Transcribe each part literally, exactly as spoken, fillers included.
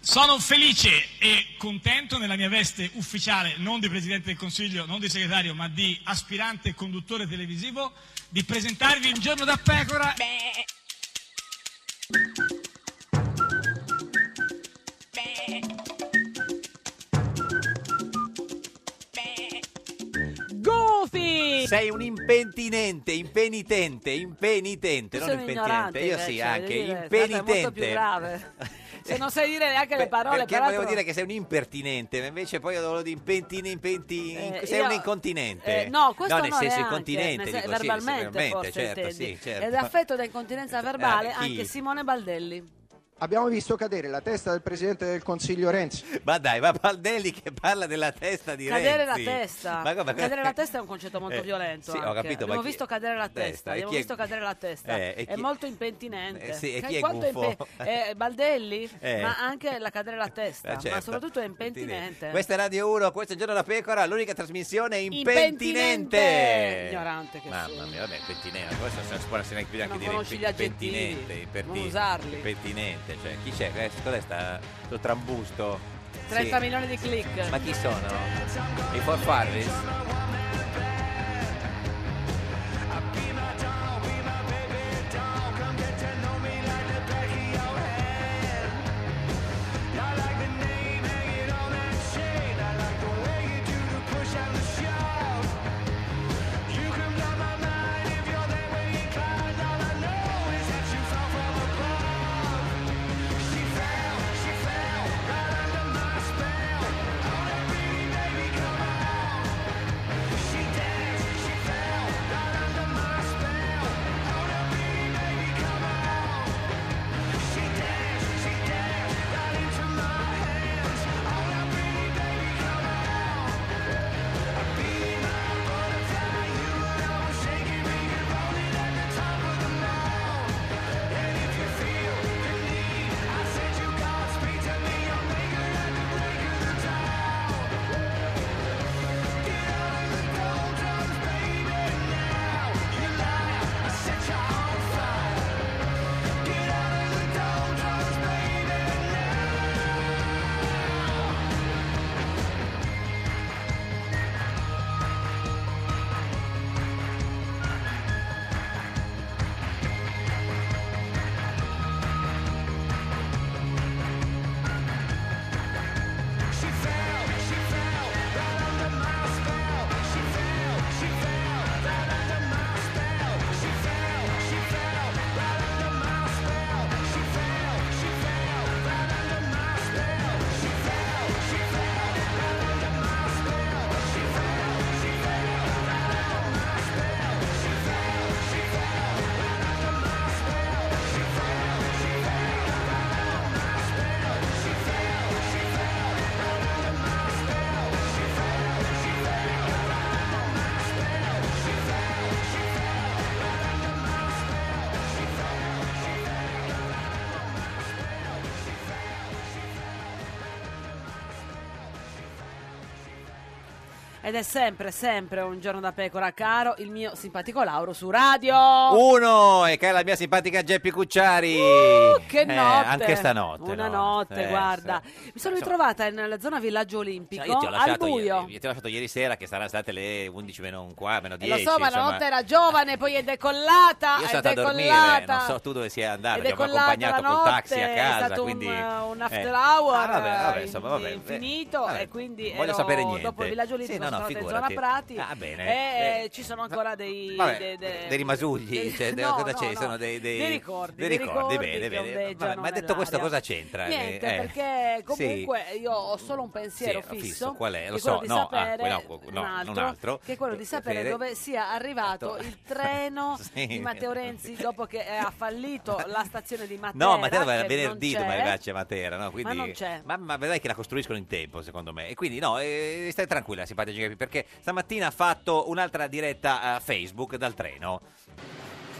Sono felice e contento nella mia veste ufficiale, non di Presidente del Consiglio, non di segretario, ma di aspirante conduttore televisivo, di presentarvi Un giorno da pecora. Beh. Goofy! Sei un impentinente, impenitente, impenitente, Tu non sei un impentinente. Io ignorante, sì, invece, anche voglio dire, impenitente. è molto più grave. Se non sai dire neanche le parole, Perché peraltro... volevo dire che sei un impertinente, ma invece poi io dovevo dire impentini, impenti, Eh, sei io- un incontinente. Eh, no, questo no, nel no, senso neanche, incontinente, nel sen- dico, sì, verbalmente, verbalmente, forse certo, intendi. sì, certo. Ed è affetto da incontinenza verbale Eh, chi? anche Simone Baldelli. Abbiamo visto cadere la testa del Presidente del Consiglio Renzi. Ma dai, ma Baldelli che parla della testa di Cadere Renzi. la testa. Ma come- Cadere la testa è un concetto molto Eh, violento. sì, ho anche. capito, ma Abbiamo chi- visto cadere la testa, testa. e Abbiamo chi è- visto cadere la testa. Eh, e È chi- molto impentinente. Eh, sì, e Che- chi è quanto gufo? eh, Baldelli, Eh. ma anche la cadere la testa. Eh, certo. Ma soprattutto è impentinente. Questa è Radio uno, questo è Il Giorno da Pecora, l'unica trasmissione Impentinente! impentinente. Ignorante che Mamma sei. mia, vabbè, impentinente, questo non si può neanche più neanche Non dire conosci gli impentinente, aggettivi, impertinente, non usarli. impentinente, cioè chi c'è? Eh, Cos'è sta, sto trambusto? trenta Sì. milioni di click. Ma chi sono? I For Farris? Ed è sempre, sempre un giorno da pecora, caro il mio simpatico Lauro su radio. Uno, e che è la mia simpatica Geppi Cucciari. Uh, che Eh, notte! anche stanotte. Una no? notte, Eh, guarda. sì. Mi sono Insomma, ritrovata nella zona Villaggio Olimpico, io ti ho al lasciato buio. ieri, ti ho lasciato ieri sera che saranno state le undici meno un quarto, meno E dieci. lo so, ma la insomma. notte era giovane, poi è decollata. Io è sono andato a dormire, decollata. non so tu dove sia andato, Ed ti è ho collata accompagnato la col taxi notte, a casa. è stato quindi, un, un after eh. hour Ah, vabbè, vabbè, eh, insomma, vabbè, infinito vabbè, e quindi voglio ero sapere niente. dopo il Villaggio Olimpico Sì, no, no, sono stata in figurati. zona Prati Ah, bene. e Eh, ci sono ancora dei, Vabbè, dei, dei- dei rimasugli, dei- cioè, no, cosa no, c'è? no. Sono dei, dei, Dei ricordi, dei dei ricordi, ricordi bene, che bene. ondeggiano Vabbè, ma detto questo nell'aria. cosa c'entra? Niente, Eh, perché sì. comunque io ho solo un pensiero Sì, fisso, qual è? che Lo è quello so, di no, ah, sapere, quello- no, un un altro, altro, che è quello di eh, sapere sapere- dove sia arrivato il treno Sì. di Matteo Renzi dopo che ha fallito la stazione di Matera. No, Matera doveva che venerdì non doveva c'è. arrivarci a Matera, no? Quindi, non c'è. Ma, ma vedrai che la costruiscono in tempo, secondo me. E quindi, no, eh, stai tranquilla, simpatica Geppi, perché stamattina ha fatto un'altra diretta a Facebook dal treno.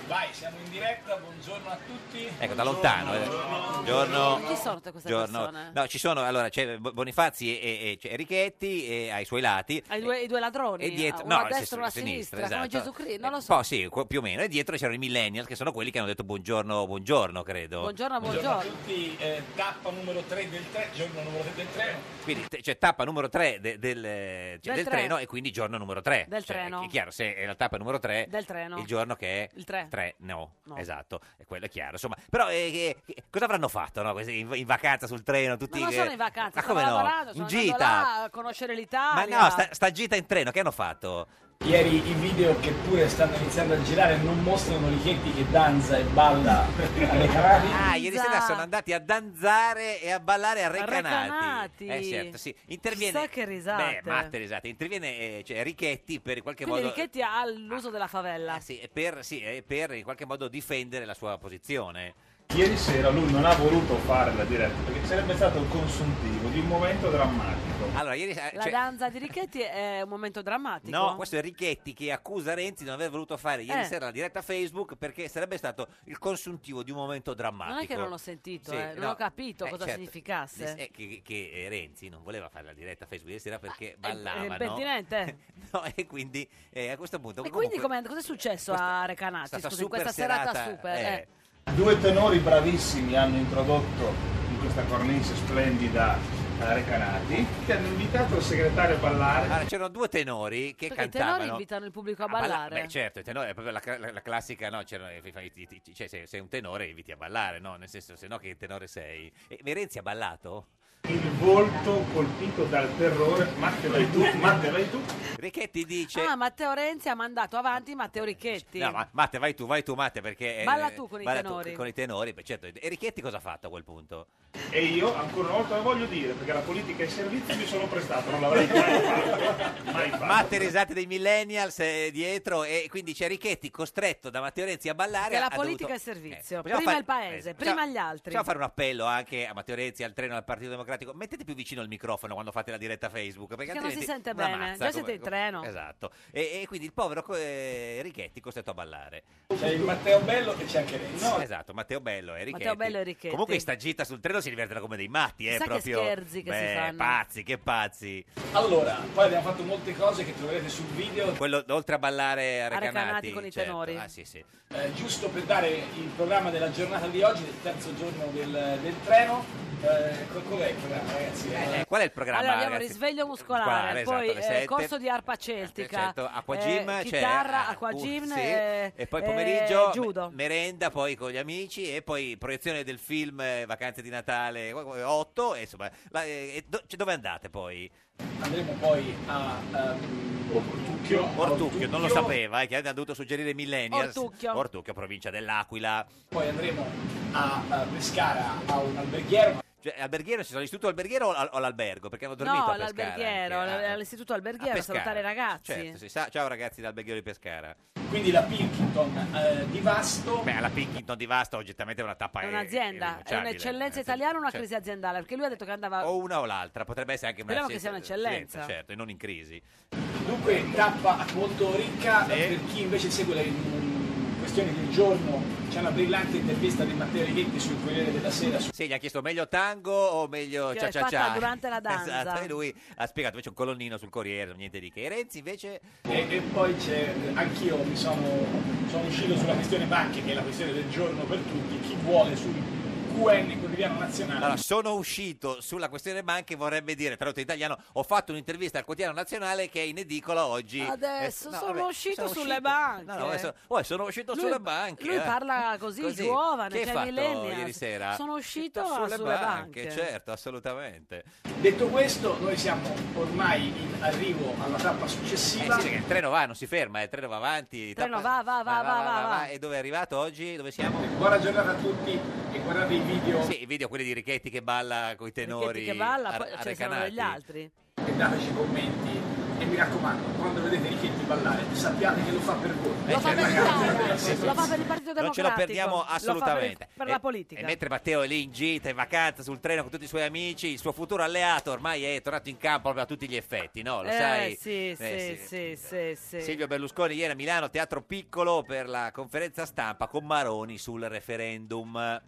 Vai, siamo in diretta, buongiorno a tutti. Ecco, da lontano. Eh. Buongiorno. Chi sono tutte queste Giorno. persone? No, ci sono, allora, c'è Bonifazi e, e c'è Richetti e ai suoi lati. Ai due, i due ladroni? E dietro, uno no, a destra e uno a sinistra, sinistra, come esatto. Gesù Cristo, non lo Un so. po' sì, qu- più o meno. E dietro c'erano i millennials, che sono quelli che hanno detto buongiorno, buongiorno, credo. Buongiorno, Buongiorno a buongiorno. tutti, eh, tappa numero tre del treno, giorno numero tre del treno. Quindi t- c'è tappa numero tre de- del, eh, cioè, Del del treno. treno e quindi giorno numero tre. Del Cioè, treno. È chiaro, se è la tappa numero tre, Del treno. il giorno che è Il tre. no, No. esatto, e quello è chiaro. Insomma, però eh, che- che- cosa avranno fatto, no? Questi in, in vacanza sul treno, tutti Ma non che- sono in vacanza, Ma stanno come no? lavorando, In sono andando gita. là a conoscere Ma l'Italia. no, sta, sta gita in treno, che hanno fatto? Ieri i video che pure stanno iniziando a girare non mostrano Richetti che danza e balla alle Canarie. Ah, ieri sera sono andati a danzare e a ballare a Recanati. Recanati. Eh certo, sì. Interviene. Chissà che risate. Beh, matte risate. Interviene eh, cioè, Richetti per in qualche Quindi modo. Richetti ha l'uso della favela. Eh, sì, e per, sì, e per in qualche modo difendere la sua posizione. Ieri sera lui non ha voluto fare la diretta perché sarebbe stato il consuntivo di un momento drammatico. Allora, ieri eh, La cioè- danza di Richetti è un momento drammatico. No, questo è Richetti che accusa Renzi di non aver voluto fare ieri Eh. sera la diretta Facebook perché sarebbe stato il consuntivo di un momento drammatico. Non è che non l'ho sentito, Sì, eh, non no. ho capito Eh, cosa certo. significasse. Eh, che, che, eh, Renzi non voleva fare la diretta Facebook ieri sera perché è- ballava, è no? impertinente. No, e quindi eh, a questo punto E comunque, quindi com'è- cosa è successo questa- a Recanati? stata Scusi, in super questa serata, serata, super. eh. eh. Due tenori bravissimi hanno introdotto in questa cornice splendida a Recanati che hanno invitato il segretario a ballare. Allora, c'erano due tenori che Perché i cantavano. tenori invitano il pubblico a balla- ballare. Beh, certo, i tenori, è proprio la, la- la classica, no? C'erano, i- i- i- cioè, se sei un tenore inviti a ballare, no? Nel senso, se no che tenore sei. E Renzi ha ballato? Il volto colpito dal terrore. Matte vai tu, Matte vai tu. Richetti dice... Ah, Matteo Renzi ha mandato avanti Matteo Richetti. No, ma Matte, vai tu, vai tu, Matte, perché... eh, Balla tu con i balla tenori. con i tenori, beh, certo. E Richetti cosa ha fatto a quel punto? E io ancora una volta lo voglio dire perché la politica e i servizi mi sono prestato, non l'avrei mai fatto. Mai fatto. Matte risate dei millennials eh, dietro e quindi c'è Richetti costretto da Matteo Renzi a ballare. Che la ha politica dovuto- è servizio. Eh, possiamo Prima fare- il paese, eh, prima possiamo- gli altri. Possiamo fare un appello anche a Matteo Renzi, al treno, al Partito Democratico. Mettete più vicino il microfono quando fate la diretta Facebook. Perché, Perché non si altrimenti sente una bene. mazza, Già siete in come- treno. Esatto. E, e quindi il povero eh, Richetti costretto a ballare. C'è il Matteo Bello e c'è anche Renzi. No, esatto, Matteo Bello e Richetti. Matteo Bello e Richetti. Comunque in sta gita sul treno si divertono come dei matti, eh, Chissà che proprio. scherzi che si Beh, fanno. pazzi, che pazzi. Allora, poi abbiamo fatto molte cose che troverete sul video. Quello oltre a ballare a A Recanati, Recanati con i certo. tenori. Ah, sì, sì. Eh, giusto per dare il programma della giornata di oggi, del terzo giorno del, del treno. Eh, co- com'è il programma, ragazzi? Eh, qual è il programma? Allora abbiamo ragazzi? risveglio muscolare, esatto, poi alle eh, sette. corso di arpa celtica, Certo, acqua gym, eh, c'è, chitarra, ah, acqua uh, gym sì. eh, e poi eh, pomeriggio judo. me- merenda poi con gli amici e poi proiezione del film eh, Vacanze di Natale otto e insomma la- eh, e do- cioè, dove andate poi? Andremo poi a ehm, Ortucchio. Ortucchio, non lo sapeva, eh, che ha dovuto suggerire Millennials. Ortucchio. Ortucchio, provincia dell'Aquila. Poi andremo a, a Pescara a un alberghiero. Cioè, alberghiero, ci sono l'istituto alberghiero o al- o l'albergo? Perché hanno dormito No, a Pescara. all'alberghiero, anche, ah. all'istituto A alberghiero, Pescara. salutare i ragazzi. Certo, sì. Sa- ciao ragazzi dall'alberghiero di Pescara. Quindi la Pilkington eh, di Vasto. Beh, la Pilkington di Vasta oggettivamente è una tappa È eh, un'azienda, è irrinunciabile. un'eccellenza Eh, italiana o una cioè, crisi aziendale? Perché lui ha detto che andava... O una o l'altra, potrebbe essere anche una Speriamo che scelta- sia un'eccellenza. certo, e non in crisi. Dunque tappa molto ricca. Sì. Per chi invece segue le mm, questioni del giorno, c'è una brillante intervista di Matteo Richetti sul Corriere della Sera. su- Sì, gli ha chiesto meglio tango o meglio Che cia è cia fatta cia. durante la danza. Esatto, e lui ha spiegato invece un colonnino sul Corriere, niente di che. E Renzi invece... E, e poi c'è, anch'io mi sono, sono uscito sulla questione banche, che è la questione del giorno per tutti. Chi vuole sul Q N, quotidiano nazionale. Allora, sono uscito sulla questione banche, vorrebbe dire, tradotto in italiano, ho fatto un'intervista al quotidiano nazionale che è in edicola oggi. Adesso Eh, no, sono vabbè, uscito sono sulle banche. No, no, adesso- oh, sono uscito Lui- sulle banche. lui eh. parla così, giovane, Che hai cioè fatto millennials. ieri sera? Sono uscito sulle, sulle banche, banche. certo, assolutamente. Detto questo, noi siamo ormai in arrivo alla tappa Eh successiva. sì, perché il treno va, non si ferma, eh, il treno va avanti. Il treno tappa- va, va, va, va, va, va. E dove è arrivato oggi? Dove siamo? Buona giornata a tutti e guardate i video Sì, i video quelli di Richetti che balla con i tenori. Richetti che balla, a- poi a ce ne sono Recanati. degli altri. e dateci commenti E mi raccomando, quando vedete Richetti ballare, sappiate che lo fa per voi. Lo fa per l'Italia, lo fa per il Partito Democratico. Non ce lo perdiamo assolutamente. Lo fa per, per e, la politica. E mentre Matteo è lì in gita, in vacanza, sul treno con tutti i suoi amici, il suo futuro alleato ormai è tornato in campo proprio a tutti gli effetti, no? Lo eh, sai? Sì, Eh, sì, sì, sì, sì. Silvio Berlusconi ieri a Milano, Teatro Piccolo, per la conferenza stampa con Maroni sul referendum.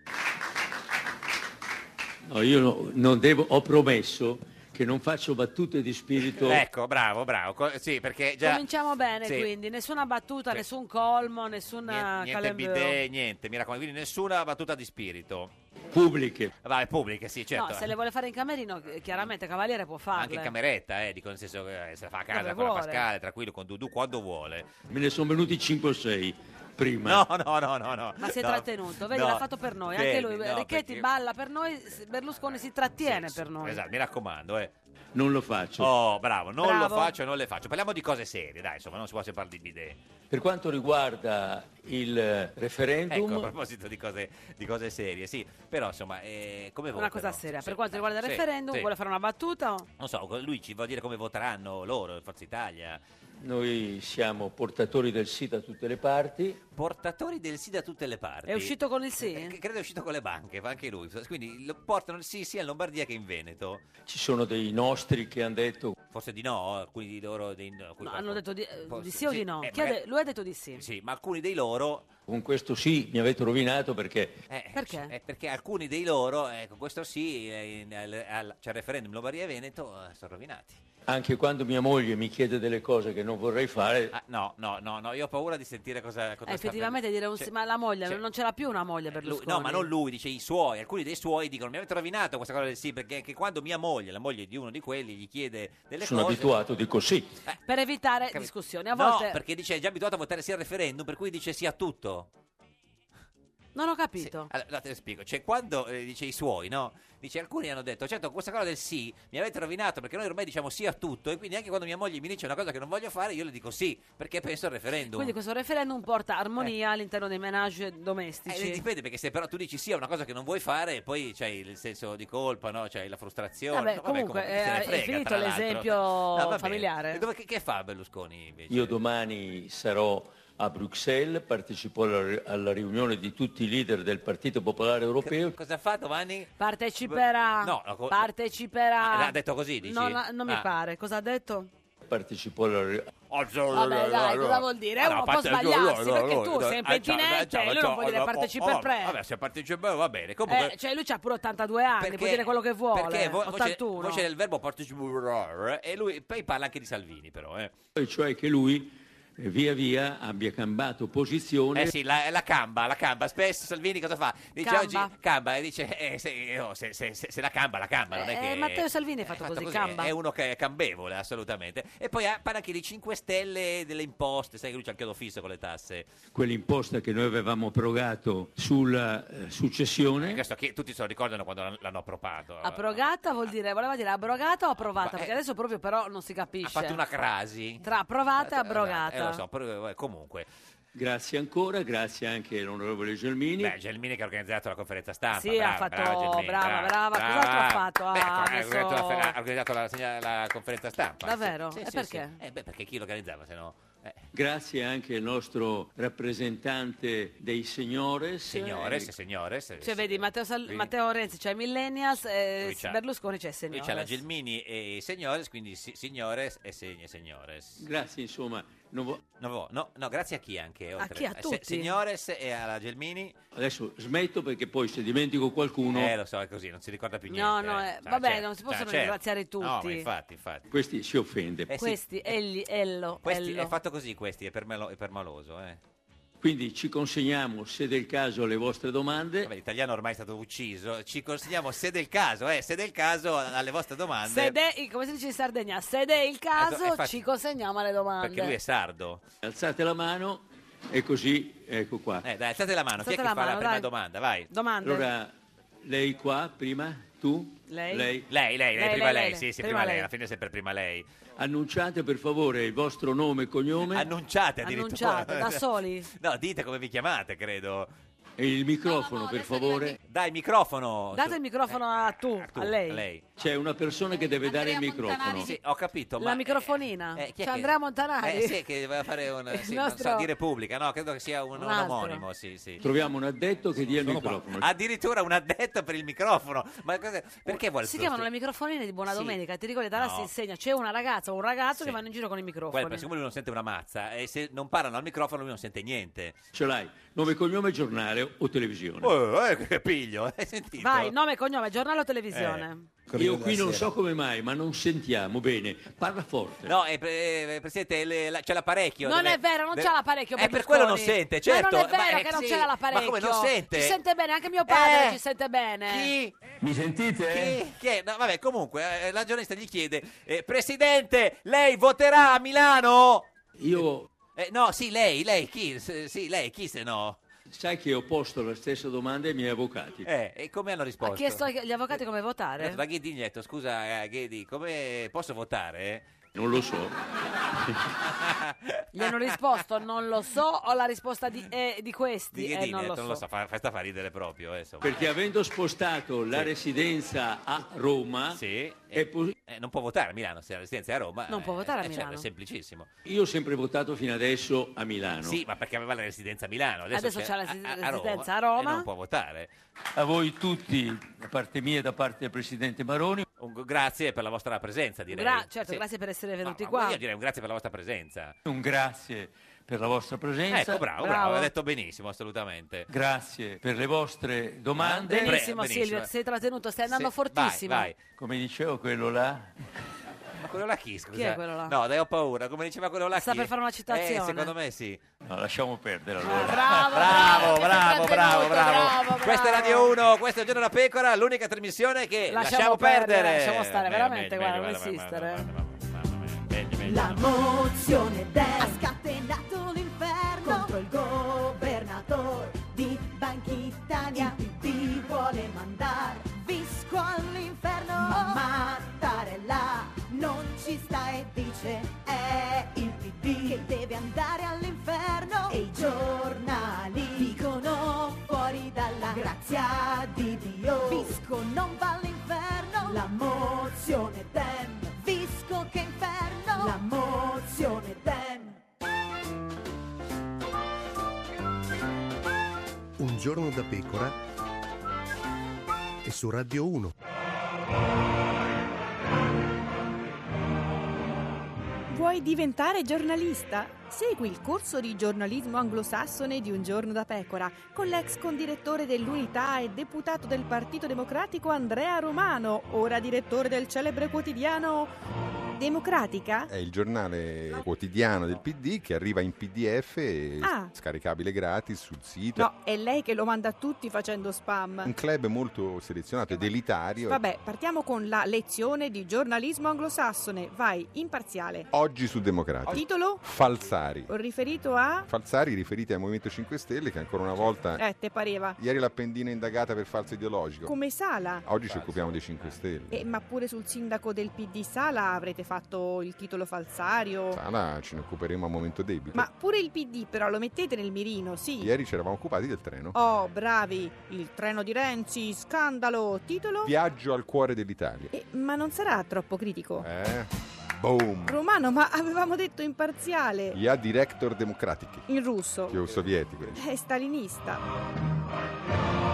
No, io no, non devo, ho promesso che non faccio battute di spirito. Ecco, bravo, bravo. Co- sì, perché già Cominciamo bene, sì. quindi nessuna battuta, Sì. nessun colmo, nessuna niente, niente calembure. bidet, niente, mi raccomando, quindi nessuna battuta di spirito. Pubbliche. Vabbè, pubbliche, sì, certo. No, se le vuole fare in camerino, chiaramente Cavaliere può farle. Anche in cameretta, eh, dico nel senso che se la fa a casa Dove con la vuole. Pascale, tranquillo, con Dudu quando vuole. Me ne sono venuti cinque o sei prima. No, no, no, no, no. Ma si è no. trattenuto, vedi, No. l'ha fatto per noi, Fermi, anche lui. no, Richetti perché- balla per noi, Berlusconi si trattiene Sì, per sì, noi. Esatto, mi raccomando, eh. Non lo faccio. Oh, bravo, non Bravo. lo faccio, non le faccio. Parliamo di cose serie, dai, insomma, non si può sempre parlare di bidet. Per quanto riguarda il referendum, Ecco, a proposito di cose, di cose serie, sì, però insomma, eh, come Una votano? cosa seria, Sì, per quanto riguarda il sì, referendum, sì. vuole fare una battuta? o- Non so, lui ci vuol dire come voteranno loro, Forza Italia. noi siamo portatori del sì da tutte le parti. Portatori del sì da tutte le parti. È uscito con il Eh, sì? credo è uscito con le banche, fa anche lui. Quindi lo portano il sì sia in Lombardia che in Veneto. Ci sono dei nostri che hanno detto Forse di no, alcuni di loro. Dei, no, alcuni- No, hanno detto di, eh, forse- di sì o di no? eh, Chi ha magari- de- lui ha detto di sì. Sì, ma alcuni dei loro. con questo sì mi avete rovinato perché eh, Perché? eh, perché alcuni dei loro, eh, con questo sì, eh, in- al, al- c'è il referendum in Lombardia e Veneto, eh, sono rovinati. anche quando mia moglie mi chiede delle cose che non vorrei fare, Ah, no, no, no, no, io ho paura di sentire cosa. cosa Eh, sta effettivamente per- dire un cioè, sì, ma la moglie, cioè, non ce l'ha più una moglie lui- Berlusconi. no, ma non lui, dice i suoi. Alcuni dei suoi dicono: mi avete rovinato questa cosa del sì, perché anche quando mia moglie, la moglie di uno di quelli, gli chiede delle sono cose. abituato, dico sì. Per evitare Capi- discussioni. A no, volte perché dice è già abituato a votare sì al referendum, per cui dice sì a tutto. non ho Sì. capito. Allora, te lo spiego. Cioè, quando eh, dice i suoi, no? Dice alcuni hanno detto, certo, questa cosa del sì mi avete rovinato perché noi ormai diciamo sì a tutto e quindi anche quando mia moglie mi dice una cosa che non voglio fare, io le dico sì, perché penso al referendum. Quindi questo referendum porta armonia all'interno dei menage domestici. Eh, dipende perché se però tu dici sì a una cosa che non vuoi fare, poi c'hai il senso di colpa, no? C'hai la frustrazione. Vabbè, No, comunque, chi se ne eh, è frega, finito tra l'altro. l'esempio No, va bene. familiare? E dove- che, che fa Berlusconi invece? Io domani sarò a Bruxelles, partecipo alla, alla riunione di tutti i leader del Partito Popolare Europeo. Cosa fa domani? Parteciperà. No, no, co- parteciperà. Ah, l'ha detto così, dici? Non, non mi Ah. pare. Cosa ha detto? Partecipo alla ri- Vabbè, dai, cosa vuol dire? È uno può sbagliarsi perché tu sei impetinente e lui non può dire partecipa pre. Vabbè, se partecipa va bene. Comunque, Eh, cioè lui c'ha pure ottantadue anni, perché- può dire quello che vuole. Perché vo- voce, ottantuno. voce del verbo partecipare e lui poi parla anche di Salvini però, eh. cioè che lui eh, via via abbia cambiato posizione. Eh sì, la, la camba, la camba. Spesso Salvini cosa fa? Dice Camba. oggi camba e dice eh, se, oh, se, se- se- se la camba, la camba. Non è Eh, che, Matteo Salvini è fatto così, camba. È uno che è cambevole, assolutamente. E poi ha- parla anche di cinque Stelle, delle imposte. Sai che lui c'ha il chiodo fisso con le tasse. Quell'imposta che noi avevamo abrogato sulla eh, successione. Questo che tutti se lo ricordano quando l'hanno- l'hanno approvato. Approvata vuol dire, voleva dire abrogata o approvata? Ma, Perché eh, adesso proprio però non si Ha capisce. fatto una crasi. Tra approvata e Eh, abrogata. Eh, lo so, però, eh, comunque. Grazie ancora, grazie anche all'onorevole Gelmini. Beh, Gelmini che ha organizzato la conferenza stampa. Sì, brava, ha fatto- brava, Gelmini, brava, brava. Cos'altro ha fatto? Beh, Ha ha messo- organizzato la, ha organizzato la, segna- la conferenza stampa. Davvero? Sì, E sì, perché? sì. Eh, beh, perché chi lo organizzava, se no... eh. Grazie anche al nostro rappresentante dei signores. Signores, eh, signores. Cioè vedi, Matteo, Sal- Quindi- Matteo Renzi c'è Millennials e Lui c'ha- Berlusconi c'è Lui Seniores. c'ha la Gelmini e i signores, quindi si- signores e segni signores. Grazie, insomma. non vo- No, no, no, grazie a chi anche? oltre- chi? A eh, tutti? signores e alla Gelmini. Adesso smetto perché poi se dimentico qualcuno, Eh, lo so, è così, non si ricorda più niente. No, no, eh. eh, Cioè, vabbè, certo, non si possono cioè, certo. ringraziare tutti. No, ma infatti, infatti. questi si offende. Eh, sì, Questi, egli, ello, questi, ello. è fatto così questi, è per, malo- è per maloso, eh. Quindi ci consegniamo, se del caso, alle vostre domande. Vabbè, l'italiano ormai è stato ucciso, ci consigliamo se del caso, eh, se del caso alle vostre domande. Se de- come si dice in Sardegna, se è il caso, Eh, infatti- ci consegniamo alle domande. Perché lui è sardo. Alzate la mano e così, ecco qua. Eh, dai, alzate la mano, chi è Alzate che la fa la mano, prima dai. domanda? Vai. Domande? Allora, lei qua, prima, tu, Lei? Lei, lei, lei, Lei, prima lei, lei, lei, sì, sì, prima prima lei, lei. alla fine è sempre prima lei. annunciate per favore il vostro nome e cognome Annunciate addirittura. Annunciate, da soli? No, dite come vi chiamate, credo. E il microfono, per favore. Dai il microfono. Date il microfono a tu, Tu, a lei. a lei. C'è una persona che deve dare il microfono. Sì, ho capito. La ma, microfonina. eh, chi è C'è che- Andrea Montanari. Eh sì, che doveva fare un, Il sì, nostro- non so dire pubblica, no, credo che sia un, Un un altro. omonimo, sì, sì. Troviamo un addetto che dia il microfono. Addirittura un addetto per il microfono. Ma cosa- perché vuole Si chiamano le microfonine di Buona Sì. Domenica. Ti ricordi, da là No. si insegna. C'è una ragazza o un ragazzo Sì. che vanno in giro con i Guarda, microfoni. perché siccome lui non sente una mazza e se non parlano al microfono lui non sente niente. Ce l'hai? Nome, cognome, giornale o televisione? Oh, eh, che piglio, hai sentito? Vai, nome, cognome, giornale o televisione? Io qui non so come mai, ma non sentiamo bene. Parla forte. No, eh, pre- eh, Presidente, le- la- c'è l'apparecchio. Non deve- è vero, non deve- c'è l'apparecchio. Eh, per quello non Berlusconi. sente, certo. Ma non è vero Ma, eh, che non sì, c'è l'apparecchio. ma come non sente? Ci sente bene, anche mio padre Eh. ci sente bene. Chi? Mi sentite? Chi? Chi è? No, vabbè, comunque, eh, la giornalista gli chiede, eh, Presidente, lei voterà a Milano? Io, Eh, no, sì, lei, lei, chi? S- Sì, lei, chi se no? sai che ho posto la stessa domanda ai miei avvocati. Eh, e come hanno risposto? Ha chiesto agli avvocati come votare? Da Ghedi gli ha detto, scusa eh, Ghedi, come posso votare? Non lo so. Gli hanno risposto non lo so o la risposta di, è di questi Di eh, Ghedini, non ha lo detto, so. non lo so, fa, questa fa ridere proprio. eh, insomma. Perché avendo spostato la Sì. residenza a Roma, Sì, è eh, pos- eh, non può votare a Milano, se la residenza è a Roma. Non può eh, votare a eh, certo, Milano. è semplicissimo. io ho sempre votato fino adesso a Milano. Sì, ma perché aveva la residenza a Milano. Adesso, Adesso c'ha la resi- a- a residenza a Roma. E non può votare. A voi tutti, da parte mia e da parte del Presidente Maroni, Un grazie per la vostra presenza, direi. Gra- certo, Sì. grazie per essere No, venuti ma qua. Io direi un grazie per la vostra presenza. un grazie per la vostra presenza. Ecco, bravo, bravo, Bravo. ha detto benissimo, assolutamente. Grazie per le vostre domande. Pre- Benissimo, benissimo. Silvio, sei trattenuto, stai andando Sì, fortissimo. Vai, vai. Come dicevo, quello là. Ma quello là chi, scusa? Chi è quello là? No, dai, ho paura. Come diceva quello là Sta chi? per fare una citazione. Eh, secondo me sì. No, lasciamo perdere Ah, allora. bravo, Bravo, che sei bravo, bravo, trattenuto, bravo. bravo. Questa è Radio uno, questo è Giorno da Pecora, l'unica trasmissione che Lasciamo lasciamo, perdere, perdere. lasciamo stare, Meglio, veramente, meglio, guarda, meglio, non insistere. guarda, guarda, guarda, guarda, meglio, meglio. La mozione ha scatenato l'inferno contro il governatore di Banca Italia. Il P D vuole mandare Visco all'inferno, ma Mattarella non ci sta e dice è il P D che deve andare all'inferno. E i giornali dicono fuori dalla grazia di Dio Visco non va all'inferno. La mozione Dem, Visco che inferno. La mozione Dem. Un giorno da pecora e su Radio uno. Vuoi diventare giornalista? Segui il corso di giornalismo anglosassone di Un giorno da pecora con l'ex condirettore dell'Unità e deputato del Partito Democratico Andrea Romano, ora direttore del celebre quotidiano Democratica? È il giornale quotidiano del P D che arriva in P D F e Ah. scaricabile gratis sul sito. No, è lei che lo manda a tutti facendo spam. Un club molto selezionato ed elitario. Vabbè, partiamo con la lezione di giornalismo anglosassone. Vai, imparziale. Oggi su Democratico. Titolo? Falsari. Riferito a? Falsari riferiti al Movimento cinque Stelle che ancora una volta... Eh, te pareva. Ieri l'Appendino è indagata per falso ideologico. Come Sala. Oggi ci occupiamo dei cinque Stelle. Eh, ma pure sul sindaco del P D Sala avrete fatto il titolo falsario. Sala ce ne occuperemo a momento debito. Ma pure il P D però lo mettete nel mirino, sì. Ieri ci eravamo occupati del treno. Oh, bravi. Il treno di Renzi, scandalo. Titolo? Viaggio al cuore dell'Italia. Eh, ma non sarà troppo critico? Eh? Boom! Romano, ma avevamo detto imparziale. Я директор демократики. In russo. Più sovietico. È stalinista.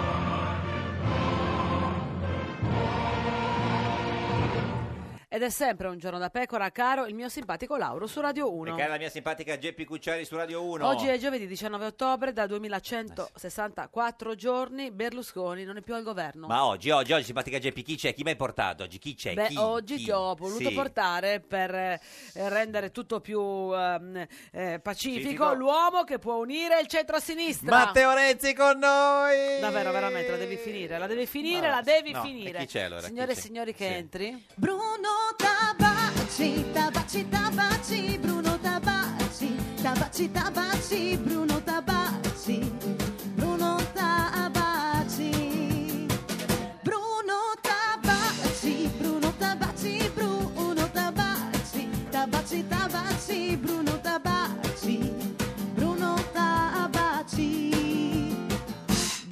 Ed è sempre un giorno da pecora, caro il mio simpatico Lauro su Radio E uno. cara la mia simpatica Geppi Cucciari su Radio uno. Oggi è giovedì diciannove ottobre, da duemilacentosessantaquattro giorni Berlusconi non è più al governo. Ma oggi, oggi, oggi, simpatica Geppi, chi c'è? Chi mi hai portato oggi? Chi c'è? Beh, Chi? oggi Chi? ti ho voluto Sì. portare per eh, rendere tutto più ehm, eh, pacifico Pacifico. l'uomo che può unire il centro-sinistra. Matteo Renzi con noi! Davvero, veramente, la devi finire, la devi finire, Ma- la devi no, finire. e chi c'è allora? Signore Chi e c'è? signori che Sì. entri. Bruno Tabaci, Tabaci, Tabaci, Bruno Tabaci, Tabaci, Tabaci, Bruno Tabaci, Bruno Tabaci, Bruno Tabaci, Bruno Tabaci, Bruno Tabaci, Tabaci, Tabaci, Bruno Tabaci, Bruno Tabaci.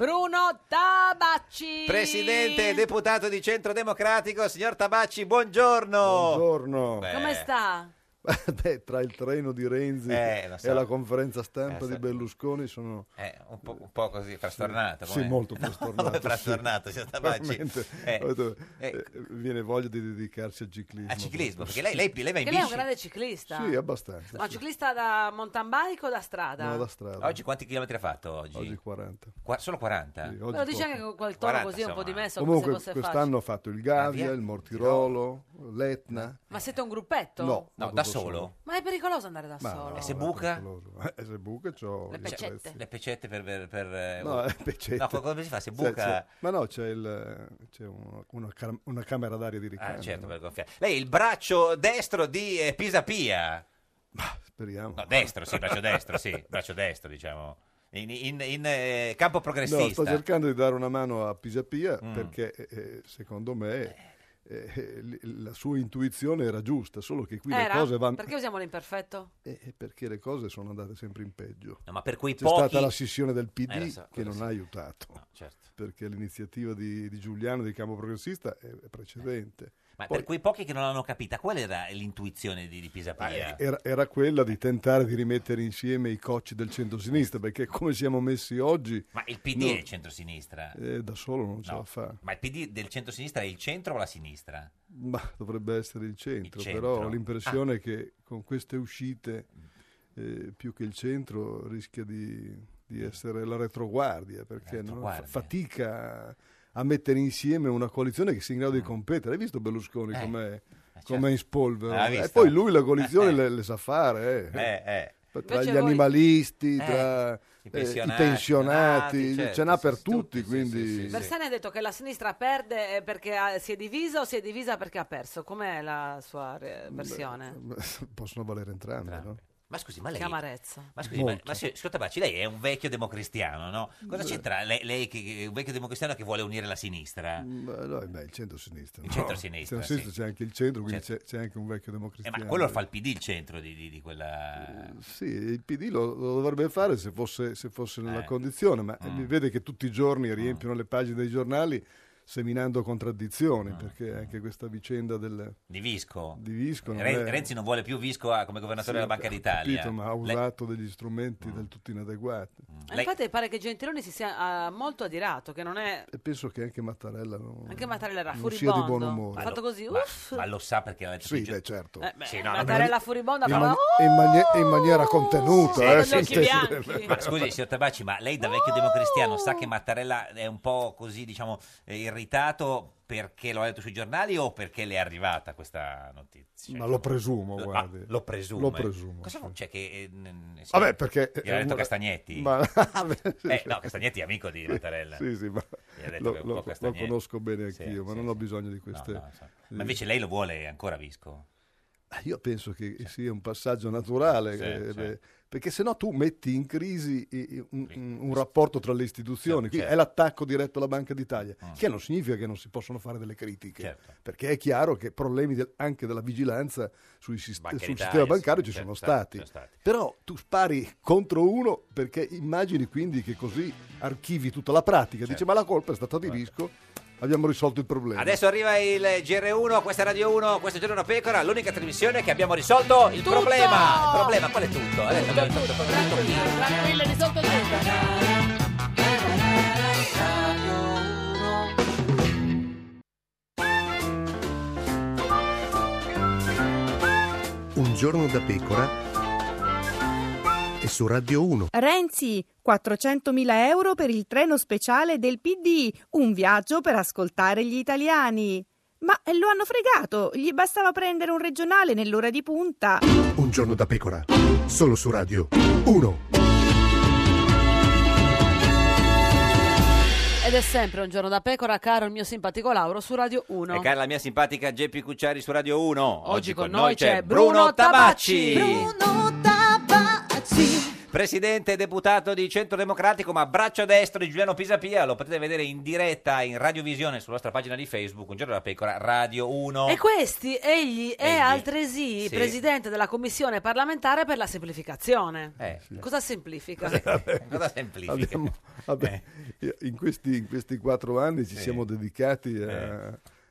Tabacci! Presidente e deputato di Centro Democratico, signor Tabacci, buongiorno! Buongiorno. Beh. Come sta? Beh, tra il treno di Renzi Eh, lo so. e la conferenza stampa Eh, di so. Berlusconi sono... Eh, un, po', un po' così, frastornato. Sì, com'è? molto No, frastornato. come frastornato, signor Tabacci. Veramente, Eh, ho detto, eh, eh, viene voglia di dedicarsi al ciclismo. Al ciclismo, perché lei, lei, lei va in Che lei è un bici? grande ciclista. Sì, abbastanza. Ma ciclista da mountain bike o da strada? No, da strada. Oggi quanti chilometri ha fatto oggi? Oggi quaranta. Qua- solo quaranta? Sì, Me oggi lo dice poco. anche con quel tono quaranta, così un po' insomma. dimesso, Comunque come se fosse quest'anno ho facile. fatto il Gavia, Gavia, il Mortirolo, l'Etna. Ma siete un gruppetto? No, No, vado da da solo? Ma è pericoloso andare da Ma solo? no, E se è buca? pericoloso. Eh, se buca c'ho Le gli pecette. attrezzi. Le pecette per... per, per eh, No, eh, pecette. No, come si fa? Se C'è- buca... c'è- ma no, c'è, il, c'è una, una cam- una camera d'aria di ricambio. Ah, certo, per gonfiare. Lei è il braccio destro di eh, Pisapia. Speriamo. No, destro, sì, braccio destro, sì, braccio destro, diciamo. In, in- in, eh, campo No, progressista. sto cercando di dare una mano a Pisapia Mm. perché eh, secondo me eh, l- la sua intuizione era giusta, solo che qui Era? le cose vanno... Perché usiamo l'imperfetto? Eh, eh, perché le cose sono andate sempre in peggio. No, ma per quei C'è pochi... stata la scissione del P D Eh, lo so, che quello non sì. ha aiutato, No, certo. perché l'iniziativa di, di Giuliano di Campo Progressista è è precedente. Ma Poi- per quei pochi che non l'hanno capita, qual era l'intuizione di, di Pisapia? Era, era quella di tentare di rimettere insieme i cocci del centro-sinistra, perché come siamo messi oggi... Ma il P D no, è il centro-sinistra? eh, da solo non ce No. la fa. Ma il P D del centro-sinistra è il centro o la sinistra? Ma dovrebbe essere il centro, Il centro. però ho l'impressione che con queste uscite eh, più che il centro rischia di, di essere la retroguardia, perché non- fa- retroguardia. fatica a mettere insieme una coalizione che sia in grado di competere. Hai visto Berlusconi Eh, com'è, certo. com'è in spolvero? Ah, ha e visto? poi lui la coalizione Eh, eh. le, le sa fare, eh. Eh, eh. tra Invece gli voi- animalisti, Eh, tra i eh, pensionati, i pensionati, certo, ce n'ha sì, per sì, tutti, sì, quindi... sì, sì, sì. Bersani ha detto che la sinistra perde eh, perché ha- si è divisa o si è divisa perché ha perso. Com'è la sua eh, versione? Beh, possono valere entrambe, no? Ma scusi, ma lei... Che amarezza. Ma scusi, ma, Molto. ma signor Tabacci, lei è un vecchio democristiano, no? Cosa c'entra lei, lei che, che è un vecchio democristiano che vuole unire la sinistra? Beh, no, beh, il centro-sinistra. Il no. centro-sinistra, Il centro-sinistra sì. c'è anche il centro, quindi Certo. c'è, c'è anche un vecchio Eh, democristiano. ma quello lo fa il P D, il centro di, di- di quella... Sì, il P D lo, lo dovrebbe fare se fosse, se fosse nella Eh. condizione, ma Mm. mi vede che tutti i giorni riempiono le pagine dei giornali seminando contraddizioni, perché anche questa vicenda del, Di Visco? di Visco non Re- è- Renzi non vuole più Visco a- come governatore Sì, della Banca ho d'Italia. capito, ma ha Lei- usato degli strumenti del tutto inadeguati. Eh, lei- Infatti pare che Gentiloni si sia ah, molto adirato, che non è... E penso che anche Mattarella non, Anche Mattarella era non sia furibondo. di buon umore. Ha fatto così, ma, uff. ma lo sa perché l'ha detto Sì, sui gio- beh, certo. Eh, beh, Sì, no, no, Mattarella furibonda in, fa... mani- in manie- in maniera contenuta. Sì, eh, con gli sì, occhi sì, bianchi. sì. Ma scusi, signor Tabacci, ma lei da vecchio democristiano sa che Mattarella è un po' così, diciamo, eh, irritato perché lo ha detto sui giornali o perché le è arrivata questa notizia? Ma lo presumo, Ah, guardi. lo presume. Lo presumo, Cosa sì. vuol- cioè che, eh, n- sì, Vabbè, perché... gliel'ha detto eh, Castagnetti? Ma, Eh, no, Castagnetti è amico di Mattarella. Sì, sì, ma Gli ha detto lo, che un lo- po' lo Castagnetti. conosco bene Sì, anch'io, ma sì, non sì. ho bisogno di No, queste... no, so. Ma invece lei lo vuole ancora Visco? Ah, Io penso che sia un passaggio naturale, Sì, eh, sì. beh, perché se no tu metti in crisi eh, un, un- un rapporto tra le istituzioni. Sì, Qui certo. è l'attacco diretto alla Banca d'Italia, Mm. che non significa che non si possono fare delle critiche, Certo. perché è chiaro che problemi del- anche della vigilanza sui sist- Banca sul d'Italia, sistema bancario sì, ci sono certo, stati. ci sono stati. Però tu spari contro uno perché immagini quindi che così archivi tutta la pratica. Dice ma la colpa è stata di Visco, abbiamo risolto il problema. Adesso arriva il G R uno, questa è Radio uno, questo è Giorno da Pecora, l'unica trasmissione che abbiamo risolto il Tutto! problema. Il problema, qual è tutto? Adesso abbiamo risolto il problema. Tranquillo, tranquillo, risolto tutto. Un giorno da pecora e su Radio uno. Renzi, quattrocentomila euro per il treno speciale del P D, un viaggio per ascoltare gli italiani. Ma lo hanno fregato, gli bastava prendere un regionale nell'ora di punta. Un giorno da pecora, solo su Radio uno. Ed è sempre un giorno da pecora, caro il mio simpatico Lauro su Radio uno. E cara la mia simpatica Geppi Cucciari su Radio uno. Oggi con noi c'è Bruno Tabacci. Bruno Tabacci, presidente e deputato di Centro Democratico, ma braccio destro di Giuliano Pisapia. Lo potete vedere in diretta in radiovisione sulla nostra pagina di Facebook, Un giorno da pecora, Radio uno. E questi, egli è Egli. altresì Sì. presidente della commissione parlamentare per la semplificazione. Eh, sì. Cosa semplifica? Cosa semplifica? Abbiamo- vabbè, in, questi, in questi quattro anni ci Sì. siamo dedicati a,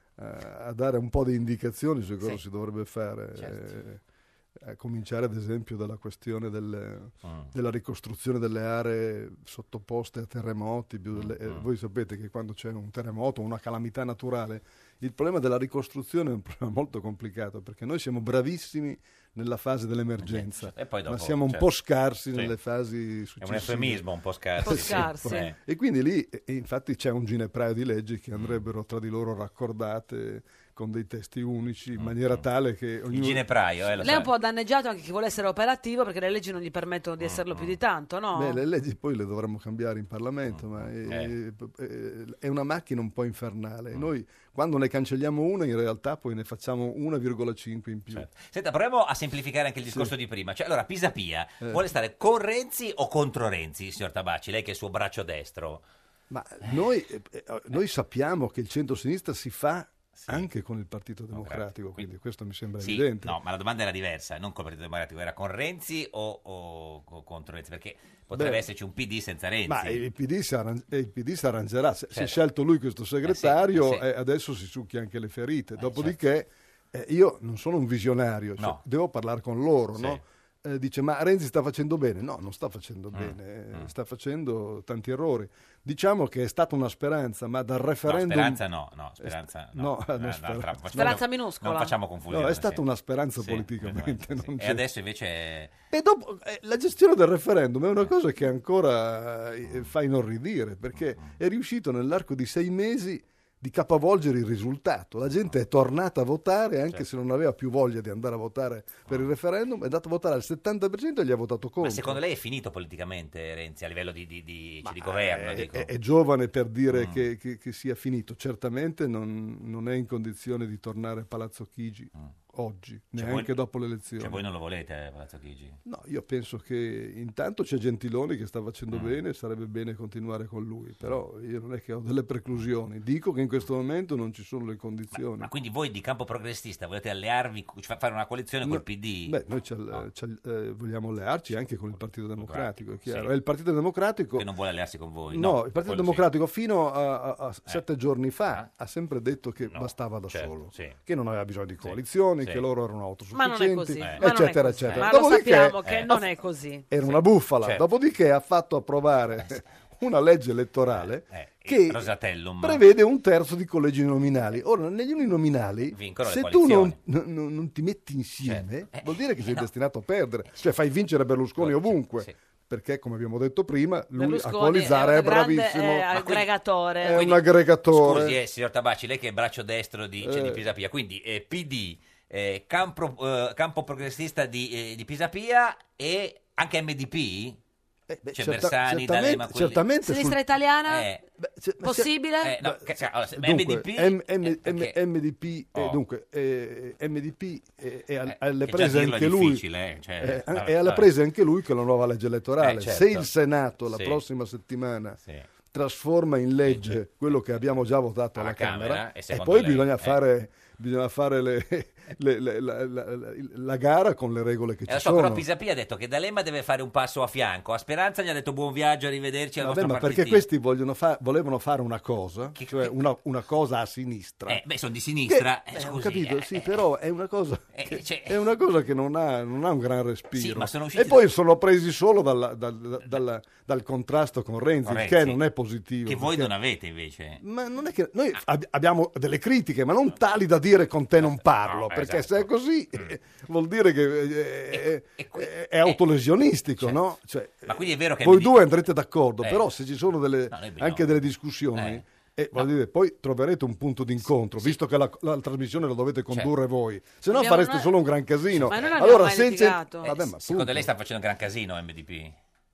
a- a dare un po' di indicazioni su cosa Sì. si dovrebbe fare. Certo. eh, a cominciare ad esempio dalla questione del- Mm. della ricostruzione delle aree sottoposte a terremoti. più delle- eh, Mm. voi sapete che quando c'è un terremoto, una calamità naturale, il problema della ricostruzione è un problema molto complicato, perché noi siamo bravissimi nella fase dell'emergenza, E poi dopo, ma siamo un certo. po' scarsi Sì. nelle fasi È un successive. eufemismo un po' scarso. Un po' scarsi. Eh. E quindi lì, e infatti, c'è un ginepraio di leggi che andrebbero tra di loro raccordate con dei testi unici, in maniera tale che Il ognuno... ginepraio, eh, lo Lei è sa. un po' danneggiato anche chi vuole essere operativo perché le leggi non gli permettono di esserlo più di tanto, no? Beh, le leggi poi le dovremmo cambiare in Parlamento, ma è, Eh. è- è una macchina un po' infernale. Noi, quando ne cancelliamo una, in realtà poi ne facciamo uno virgola cinque in più. Certo. Senta, proviamo a semplificare anche il discorso di prima. Cioè, allora, Pisapia vuole stare con Renzi o contro Renzi, signor Tabacci? Lei che è il suo braccio destro. Ma noi, eh, eh, noi sappiamo che il centro-sinistra si fa anche con il Partito Democratico, quindi questo mi sembra Sì, evidente. no, ma la domanda era diversa, non col Partito Democratico, era con Renzi o, o- o contro Renzi? Perché potrebbe Beh, esserci un P D senza Renzi. Ma il P D si, arran- eh, il P D si arrangerà. Se, si è Certo. scelto lui questo segretario, Eh sì, eh sì. eh, adesso si succhia anche le ferite. Dopodiché, eh, io non sono un visionario, cioè, No. devo parlare con loro, Sì. no? Eh, dice, ma Renzi sta facendo bene? No, non sta facendo Mm, bene, eh, sta facendo tanti errori. Diciamo che è stata una speranza, ma dal No, referendum... speranza no, no, speranza no. No, Eh, no, no, spera- tra- Speranza minuscola. Non facciamo confusione. No, è stata sì. una speranza Sì, politicamente. sì. non E c'è- adesso invece è- E dopo eh, la gestione del referendum è una cosa che ancora eh, fa inorridire, perché è riuscito nell'arco di sei mesi di capovolgere il risultato. La gente è tornata a votare, anche Certo. se non aveva più voglia di andare a votare per il referendum, è andato a votare al settanta per cento e gli ha votato contro. Ma secondo lei è finito politicamente Renzi a livello di, di- di- cioè, di governo? È, dico? è- è giovane per dire Mm. che, che- che sia finito. Certamente non, non è in condizione di tornare a Palazzo Chigi oggi, Cioè, neanche voi- dopo le elezioni. Cioè voi non lo volete, Palazzo Chigi? No, io penso che intanto c'è Gentiloni che sta facendo Mm. bene, sarebbe bene continuare con lui, però io non è che ho delle preclusioni, dico che in questo momento non ci sono le condizioni. Ma quindi voi di campo progressista volete allearvi, cioè fare una coalizione col No, P D? Beh, noi ci all- ci all- eh, vogliamo allearci anche con il Partito Democratico, è chiaro. Sì. E il Partito Democratico... Che non vuole allearsi con voi? No, No, il Partito quello Democratico fino a, a- a sette giorni fa Ah. ha sempre detto che No, bastava da certo, solo, sì. che non aveva bisogno di coalizioni, sì. che loro erano Ma non è autosufficienti, così, Eh. ma non è eccetera, così. eccetera. Ma lo Dopodiché, sappiamo che eh, non è così. era una bufala, Certo. dopodiché ha fatto approvare una legge elettorale Eh, che Rosatellum. prevede un terzo di collegi nominali. Ora, negli uninominali, Vincono le se tu non, coalizioni. non- non ti metti insieme, Certo. Eh, vuol dire che sei no. destinato a perdere. Cioè fai vincere Berlusconi Sì, ovunque. sì. Perché, come abbiamo detto prima, lui Berlusconi a coalizzare è è, un grande, bravissimo. eh, Ma quindi- aggregatore. È Quindi- un aggregatore. Scusi, eh, signor Tabacci, lei che è il braccio destro di, cioè, Eh. di Pisapia, quindi eh, P D, eh, campo, eh, campo progressista di, eh, di Pisapia e anche M D P? Eh, beh, C'è certa- Bersani, certamente- D'Alema, quelli- certamente Sinistra sul- italiana? Eh, Beh, se- ma se- Possibile? eh, no, che- cioè, allora, se- Dunque, M D P M- M- eh, M- perché- M D P, eh, Oh. dunque, eh, M D P è, è al- Eh, alle che già prese dirlo è anche lui, difficile, eh, cioè, eh, vabbè, è alle vabbè. prese anche lui con la nuova legge elettorale. Eh, certo. Se il Senato la Sì. prossima settimana Sì. trasforma in legge quello che abbiamo già votato alla, Alla Camera, e e secondo poi lei, bisogna eh. fare, bisogna fare le- le- le- la, la- la- la gara con le regole che Eh, ci lo so, sono. però Pisapia ha detto che D'Alema deve fare un passo a fianco, a Speranza gli ha detto buon viaggio, arrivederci al Vabbè, vostro ma perché partitino. questi vogliono fa- volevano fare una cosa, Che- cioè che- una, una cosa a sinistra. Eh, beh, sono di sinistra, Che- eh, eh, ho scusi, capito, eh, sì, eh, però è una cosa eh, che, cioè- è una cosa che non ha, non ha un gran respiro. Sì, ma sono usciti e poi sono presi solo dalla- dal, dal- dal contrasto con Renzi, Con il che Renzi, non è positivo. che voi perché- non avete invece. Ma non è che noi ab- abbiamo delle critiche, ma non tali da dire con te non parlo, No, beh, perché esatto. se è così eh, vuol dire che eh, è, e que- è- è autolesionistico, cioè, no? Cioè, Ma quindi è vero che voi M D P due andrete d'accordo, Eh. però se ci sono delle, No, noi anche no. delle discussioni, Eh. eh, voglio dire, poi troverete un punto d'incontro, visto che la, la trasmissione la dovete condurre voi, se no Abbiamo- fareste noi- solo un gran casino. Ma noi non abbiamo allora, mai se c'è- litigato. Vabbè, ma Secondo appunto. lei sta facendo un gran casino M D P?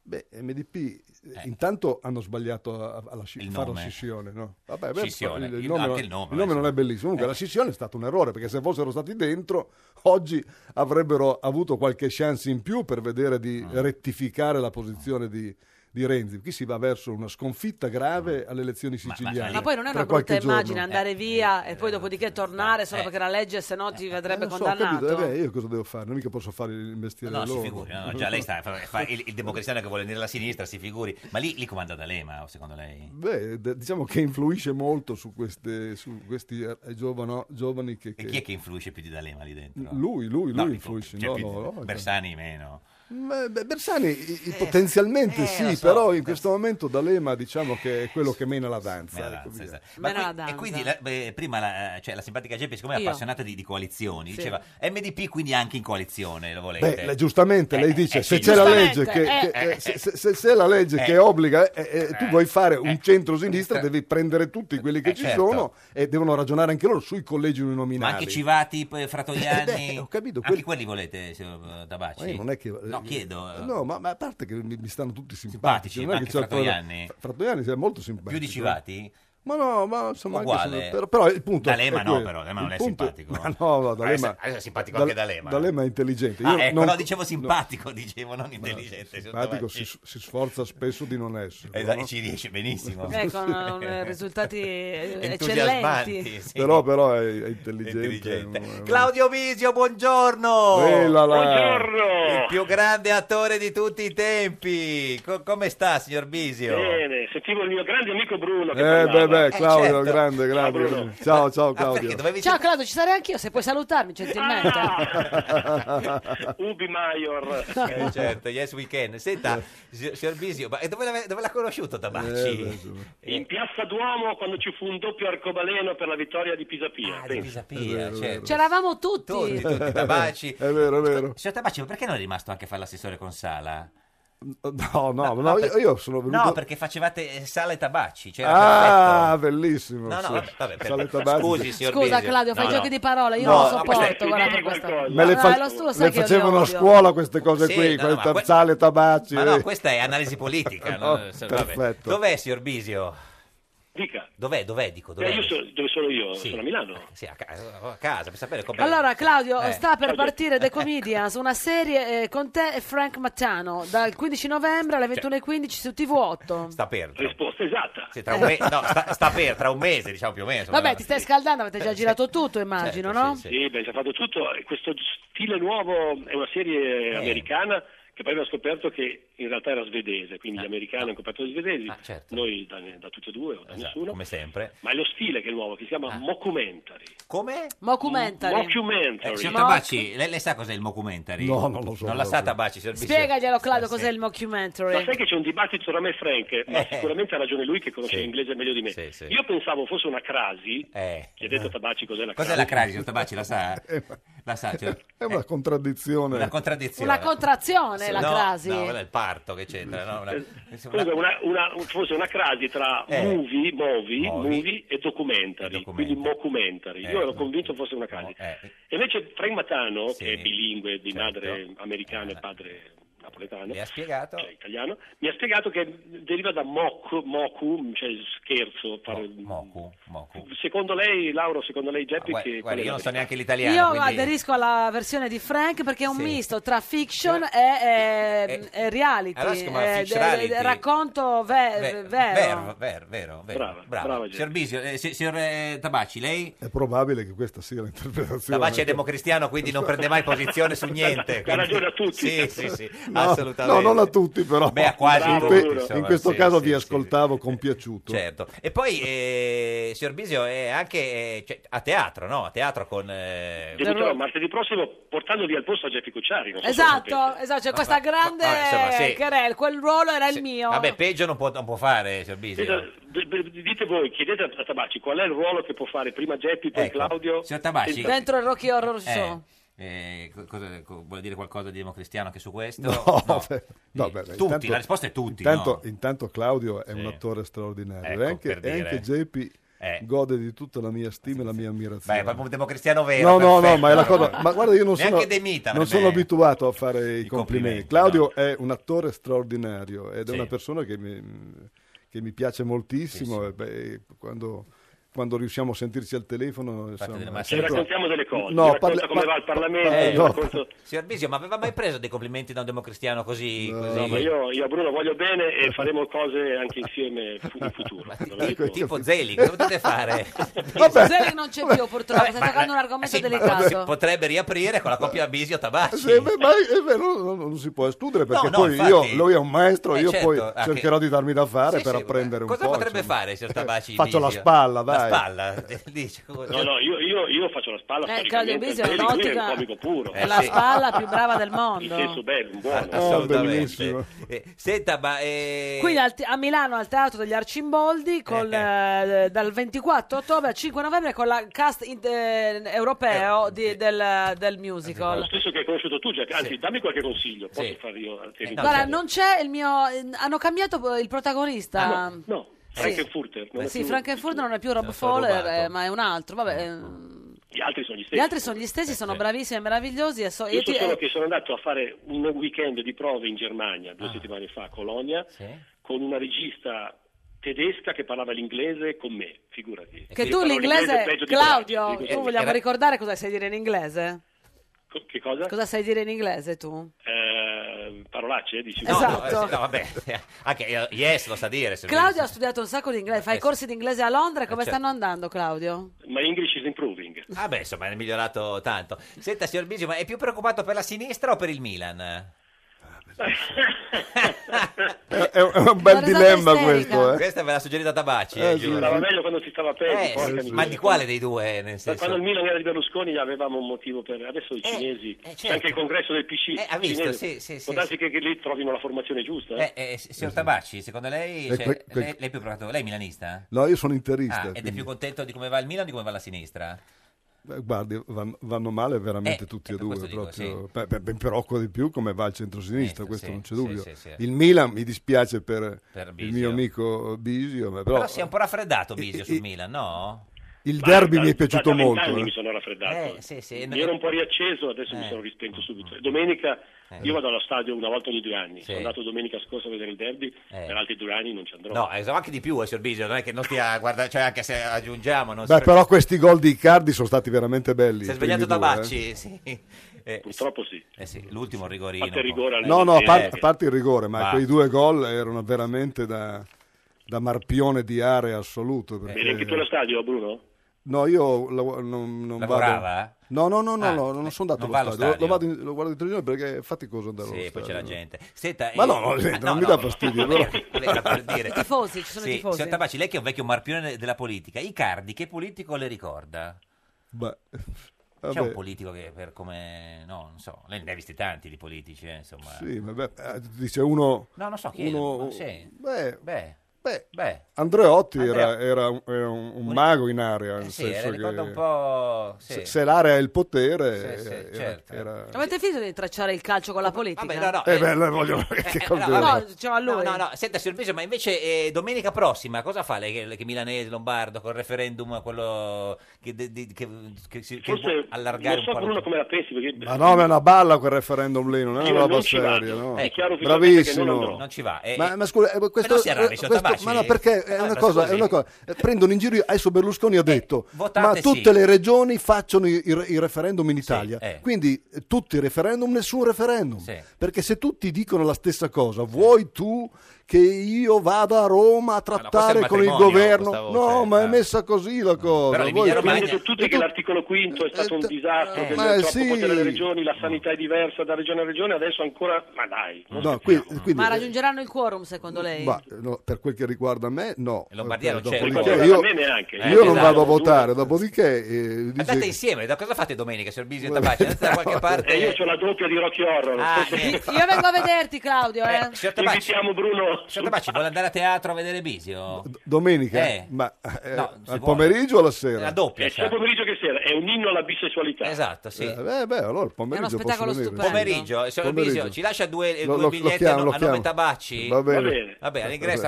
Beh, M D P eh. intanto hanno sbagliato a, a la sci- fare la scissione, no? Vabbè, beh, Scissione, il, il, il- nome, anche il nome, il nome eh, non sì. è bellissimo. Comunque Eh. la scissione è stato un errore, perché se fossero stati dentro oggi avrebbero avuto qualche chance in più per vedere di Ah. rettificare la posizione di, di Renzi. Qui si va verso una sconfitta grave alle elezioni siciliane. Ma poi non è tra una brutta qualche giorno. immagine andare via e poi dopodiché tornare solo perché la legge se no ti vedrebbe Eh, lo so, ho condannato. capito, eh, beh, io cosa devo fare? Non mica posso fare il mestiere No, si loro. figuri, no, no, già lei sta, fa, fa il, il democristiano che vuole venire alla sinistra, si figuri, ma lì, lì comanda D'Alema, secondo lei? Beh, d- diciamo che influisce molto su, queste, su questi eh, giovano- giovani che, E che- chi è che influisce più di D'Alema lì dentro? Lui, lui, No, lui influ- influisce. cioè, no, più- no, no, Bersani meno. Ma, beh, Bersani i- i- potenzialmente eh, sì, lo so. però in questo momento D'Alema diciamo che è quello che mena la danza. Mena la ecco, danza, via. esatto. Ma Meno qui- la danza. e quindi la- beh, prima la, cioè, la simpatica Geppi, siccome è Io. appassionata di, di coalizioni, Sì. diceva M D P quindi anche in coalizione, lo volete? Beh, lei- giustamente lei Eh, dice eh, se sì, c'è la giustamente, legge che, eh, che- eh, eh, se, se- se- se la legge eh, che obbliga eh, eh, tu eh, vuoi fare un eh, centro-sinistra eh, devi prendere tutti quelli che eh, ci certo. sono e devono ragionare anche loro sui collegi Ma uninominali. anche Civati, poi Fratoianni, Eh, beh, ho capito, anche quelli- quelli volete, signor Tabacci? Ma io non è che, No, chiedo. eh, No, ma, ma a parte che mi, mi stanno tutti Simpatici, simpatici. non ma è anche che c'è quello- Fratoianni? Fratoianni è molto simpatico. Più di Civati? Ma no, ma insomma, anche Uguale. se- però, però il punto D'Alema è no, quello. però, D'Alema Il non è punto- simpatico. Ma no, no, D'Alema, Adesso- adesso è simpatico anche D'Alema. D'Alema è intelligente. Ah, Io ecco, non- no, dicevo simpatico, dicevo, non intelligente. signor Simpatico Tabacci. si, si sforza spesso di non essere. Esatto, no? e ci riesce benissimo. Eh, con eh, risultati eh, Entusiasmanti, eccellenti. sì. Però, però è, è intelligente. Intelligente. è un- Claudio Bisio, buongiorno! Ehi là là. Buongiorno! Il più grande attore di tutti i tempi. Co- come sta, signor Bisio? Bene, sentivo il mio grande amico Bruno che Eh, parlava. beh, beh, Claudio, certo. grande, grande. Bruno. Ciao, ciao, Ah, Claudio. perché dovevi Ciao Claudio, ci sarei anch'io se puoi salutarmi gentilmente. Ah! Ubi Maior. Eh, certo, yes we can. Senta, signor signor Bisio, ma e dove l'ha, dove l'ha conosciuto Tabacci? Eh, beh, insomma. In Piazza Duomo quando ci fu un doppio arcobaleno per la vittoria di Pisapia. Ah, di Pisapia, vero, certo. C'eravamo tutti. Tutti, tutti, Tabacci. È vero, è vero. Signor Tabacci, ma perché non è rimasto anche a fare l'assessore con Sala? No, no, no, io, io sono venuto... No, perché facevate eh, Sala e Tabacci, c'era Ah, perfetto. bellissimo. No, no, sì. vabbè, vabbè, per- Sale Tabacci. scusi, signor Scusa Bisio. Claudio, fai No, giochi no. di parole, io No, non ma sopporto. questa- Guarda, per dimmi questa... qualcosa. Me le, No, fa- lo tu lo sai le che io li facevano a odio. scuola queste cose Sì, qui, no, quelle ma que- Sale Tabacci. Ma no, eh. questa è analisi politica. No, no? Vabbè. perfetto. Dov'è, signor Bisio? Dica. Dov'è, dov'è, dico, dov'è? Eh, io so- dove sono io? Sì. Sono a Milano. Sì, a casa, a casa per sapere come... Allora Claudio, Eh. sta per partire The Comedians, una serie eh, con te e Frank Mattano dal quindici novembre alle ventuno e quindici su T V otto. Sta per. tra- Risposta esatta. sì, tra un me- no, sta, sta per, tra un mese, diciamo più o meno. insomma. Vabbè, ti stai scaldando, avete già girato tutto, immagino, Certo, no? sì, Sì, beh, si è fatto tutto. E questo stile nuovo è una serie Eh. americana che poi abbiamo scoperto che in realtà era svedese, quindi gli Ah, americani hanno coperto gli svedesi, Ah, certo. noi da, da tutti e due o da Esatto, nessuno. come sempre. Ma è lo stile che è nuovo, che si chiama Ah. mockumentary. Come? Mockumentary. Mockumentary. Eh, signor Mo- Tabacci, lei, lei sa cos'è il mockumentary? No, non lo so Non la sa proprio. Tabacci, signor Bisio? Spiegaglielo Claudio Eh, cos'è sì. il mockumentary. Ma sai che c'è un dibattito tra me e Frank, ma Eh. sicuramente ha ragione lui che conosce Sì. l'inglese meglio di me. Sì, sì. Io pensavo fosse una crasi, Eh. chiedete a Tabacci cos'è la crasi. Cos'è la crasi, signor Tabacci, la sa? Eh, La sa, cioè, È una contraddizione. una contraddizione. Una contrazione, la no, crasi. No, quello è il parto che c'entra, no? Una, Eh, insomma, Comunque una, una, forse una crasi tra Eh. movie, movie, Movi. movie e documentary, E documentary. quindi mockumentary. Eh. Io ero convinto fosse una crasi. eh. E invece Frank Matano, Sì. che è bilingue, di Certo. madre americana e Eh. padre napoletano, Mi ha spiegato? cioè italiano, mi ha spiegato che deriva da mock, moku, cioè scherzo. Fare... Moku, moku. Secondo lei, Lauro, secondo lei, Geppi, Guarda, che, qual guarda, è io la non so verità? neanche l'italiano. Io quindi- aderisco alla versione di Frank perché è un Sì. misto tra fiction e, e- Eh, e reality, allora si chiama eh, fiction de- reality. de- racconto ve- Ve- vero. vero, vero, vero, vero. Brava, Bravo. brava, Signor Bisio, eh, si- signor eh, Tabacci, lei? È probabile che questa sia l'interpretazione. Tabacci è democristiano, quindi non prende mai posizione su niente. Ha quindi- ragione a tutti. Sì, sì, sì, No, assolutamente. no, non a tutti, però. Beh, a quasi in, Bravo, que- Bruno. insomma, in questo sì, caso sì, vi sì. ascoltavo compiaciuto. Certo. E poi, eh, signor Bisio, è anche eh, cioè, a teatro, no? A teatro con... eh, Debuterò martedì prossimo portandoli al posto a Geppi Cucciari. non so se Esatto, sapete. esatto, c'è questa grande vabbè, insomma, sì. querela, quel ruolo era il mio. Vabbè, peggio non può, non può fare, signor Bisio. Dite, d- d- dite voi, chiedete a Tabacci qual è il ruolo che può fare prima Geppi, poi Ecco, Claudio. signor Tabacci, Senza- Dentro il Rocky Horror Eh, Show. eh, co- cosa- co- vuole dire qualcosa di democristiano anche su questo? No, No. beh, no, Eh, beh, tutti, intanto- la risposta è tutti. Intanto, no? intanto Claudio è Sì. un attore straordinario Ecco, e anche, per e dire. anche Geppi Eh. gode di tutta la mia stima e la mia ammirazione. Beh, proprio un democristiano vero. No, no, no, perfetto. ma è la cosa. Ma guarda, io non sono, Neanche De Mita non avrebbe- sono abituato a fare i complimenti. complimenti, Claudio è un attore straordinario ed è Sì. una persona che mi, che mi piace moltissimo. E beh, quando, quando riusciamo a sentirci al telefono, insomma, delle masse- Ci sempre- raccontiamo delle cose, No, ci racconta parla- come ma- va il Parlamento, eh, ci no. racconta- Signor Bisio, ma aveva mai preso dei complimenti da un democristiano così? così? No, ma io, io a Bruno voglio bene e faremo cose anche insieme fu- in futuro. Ve lo dico. Tipo Zelig, cosa potete fare? Zelig non c'è più purtroppo, stai ma- toccando un argomento sì, ma delicato. potrebbe riaprire con la coppia Bisio-Tabacci. Sì, beh, ma è vero, non, non si può escludere perché No, no, poi infatti- io, lui è un maestro, Eh, io certo, poi anche- cercherò di darmi da fare Sì, per sì, apprendere un cosa po'. potrebbe insomma. fare, signor Tabacci? Faccio la Bisio? spalla, La dai. spalla? Dice, No, no, io, io, io faccio la spalla Eh, storicamente, Claudio Bisio è Zelig, lui è un un'ottica- comico puro. È la spalla più brava del In mondo. senso bello, un buono. Assolutamente. bellissimo. Eh, senta, ma eh, Quindi al- a Milano al Teatro degli Arcimboldi col, eh, dal ventiquattro ottobre al cinque novembre con la cast in- eh, europeo di- del, del Lo musical. stesso che hai conosciuto tu, Jack. Anzi, dammi qualche consiglio, posso Sì. fare io? Te- Guarda, non c'è il mio... eh, hanno cambiato il protagonista. Ah, no, no. Sì. Frankenfurter. non è Sì, più- Frankenfurter non è più Rob lo sono Fowler, rubato. eh, ma è un altro. Vabbè, eh, Gli altri sono gli stessi. gli altri sono gli stessi, sono bravissimi e meravigliosi. E so- Io io so ti- solo eh, che sono andato a fare un weekend di prove in Germania Ah. due settimane fa a Colonia con una regista tedesca che parlava l'inglese con me, figurati. che Io tu parlo l'inglese, peggio di Claudio, Bracci, dico tu così. vogliamo Era- ricordare cosa sai dire in inglese? Co- Che cosa? Cosa sai dire in inglese tu? Eh, parolacce, dici? no, Esatto. no, eh, no, vabbè, anche eh, yes lo sa dire. se- Claudio ha studiato un sacco di inglese, fai Eh, corsi di inglese a Londra, come certo. stanno andando Claudio? My English is improving. Ah beh, insomma, è migliorato tanto. Senta, signor Bisio, ma è più preoccupato per la sinistra o per il Milan? È, è un bel Una risata dilemma isterica. questo, eh. Questa ve l'ha suggerita Tabacci, Eh, eh, sì, giuro. Stava meglio quando si stava peggio, Eh, porca sì, miseria. ma di quale dei due? Nel Ma senso... quando il Milan era di Berlusconi avevamo un motivo per... Adesso i cinesi, eh, c'è certo. anche il congresso del P C Eh, ha visto, cinese. sì, sì, sì, Può darsi sì. che, che lì trovino la formazione giusta. Eh? Eh, eh, signor Tabacci, secondo lei, Eh, cioè, que- que- lei, lei è più preoccupato? Lei è milanista? No, io sono interista. Ah, ed è quindi- più contento di come va il Milan o di come va la sinistra? Beh, guardi, vanno, vanno male veramente Eh, tutti eh, e per due. questo dico, Proprio. Beh, beh, ben preoccupa di più come va il centrosinistra, Sinistra, questo sì, non c'è sì, dubbio. sì, sì. Il Milan mi dispiace per, Per il Bisio. mio amico Bisio, ma però, Però si è un po' raffreddato Bisio Eh, sul eh, Milan, no? il Ma derby da- mi è da- piaciuto da molto. vent'anni eh. mi sono raffreddato. Eh, sì, sì. Mi ero un po' riacceso, adesso mi Eh. sono rispento subito. Domenica, io vado allo stadio una volta ogni due anni. Sì. Sono andato domenica scorsa a vedere il derby, Eh. per altri due anni non ci andrò. No, eh, anche di più, eh, signor Bisio, non è che non stia guardando, cioè anche se aggiungiamo... Non Beh, si- però questi gol di Icardi sono stati veramente belli. Si è i primi svegliato due, Tabacci, eh. sì. Eh, Purtroppo sì. Eh sì, l'ultimo rigorino. Parte il rigore al- No, no, a Eh, parte, che- a parte il rigore, ma Va. quei due gol erano veramente da, da marpione di area assoluto. Mi Perché... riempi tu lo stadio, Bruno? No, io la- non, non Lavorava? vado. No, no, no, no, Ah, no, non sono andato non va allo allo stadio. Lo, stadio. vado in- lo guardo in televisione perché è faticoso andare allo Sì, poi c'è stadio. la gente. Senta, Ma eh, no, no, ah, non mi dà fastidio, però. Era per dire. I tifosi, ci sono i Sì, tifosi. signor Tabacci, lei che è un vecchio marpione della politica, Icardi, che politico le ricorda? Beh, C'è vabbè, un politico che per come... No, non so, lei ne ha visti tanti di politici, eh, insomma. sì, vabbè, eh, dice uno... No, non so chi è, uno, ma sì. Beh, Beh, beh, beh. Andreotti Andrea- era, era un, era un- un mago in area, nel Eh sì, senso eh, ricorda che un po'... Sì. se, se l'area è il potere, Sì, sì, era, certo. era- Avete finito di tracciare il calcio con la politica? Vabbè, no, no, Eh eh, beh, voglio... che eh, cosa no, è? vabbè. No, diceva No, lui. no, no, senta signor Bisio, ma invece eh, domenica prossima cosa fa lei che, che milanese, lombardo, col referendum, quello che, de- di- che, che si che Forse vuole allargare non so un po'... Bruno la- come la pensi, perché Ma no, ma è una balla quel referendum lì, non è Io una roba non ci vado. seria, no? È chiaro ufficialmente che non Bravissimo. andrò. Non ci va. eh, Ma, eh, ma scusa, eh, questo, non si arrabbi, eh, signor questo- Tabacci. ma no, perché è Ah, una ma cosa, scusi. è una cosa. Eh, prendono in giro, adesso Berlusconi ha detto, votate ma sì. tutte le regioni facciano i, i- i referendum in Italia, eh. quindi eh, tutti i referendum, nessun referendum, Sì. perché se tutti dicono la stessa cosa, vuoi tu che io vada a Roma a questo è trattare il con il matrimonio, governo? questa voce, No, ma è ah. messa così la cosa. Però Voi- l'Emilia Ma Romagna- detto tutti che l'articolo quinto è stato un disastro, eh, che ma è troppo sì. potere alle regioni, la sanità è diversa da regione a regione, adesso ancora... Ma dai, non No, scherziamo. qui- quindi, Ma eh, raggiungeranno il quorum secondo lei? ma, no, per quel che riguarda me, no. In Lombardia non Eh, c'è il dopodiché quorum. io, A me neanche. Eh, io non esatto. vado a votare, dopodiché eh, Andate dice, insieme, da cosa fate domenica, signor Bisio e Tabacci? Andate da qualche parte? E io ho la doppia di Rocky Horror. Ah, Se- niente. Io vengo a vederti Claudio, eh. Eh, signor Tabacci, Invitiamo Bruno. signor Tabacci, vuole andare a teatro a vedere Bisio? D- domenica, Eh. ma eh, No, se al vuole. pomeriggio o alla La sera? doppia, È sia cioè. pomeriggio che sera, è un inno alla bisessualità. Esatto, sì. Eh, beh, beh, allora il pomeriggio È uno spettacolo posso venire. stupendo. Pomeriggio, signor Pomeriggio. Bisio, ci lascia due, Lo- due lo- lo biglietti chiamo, a, lo no- a nome chiamo. Tabacci? Va bene. Va bene. Vabbè, all'ingresso Tabacci, Vi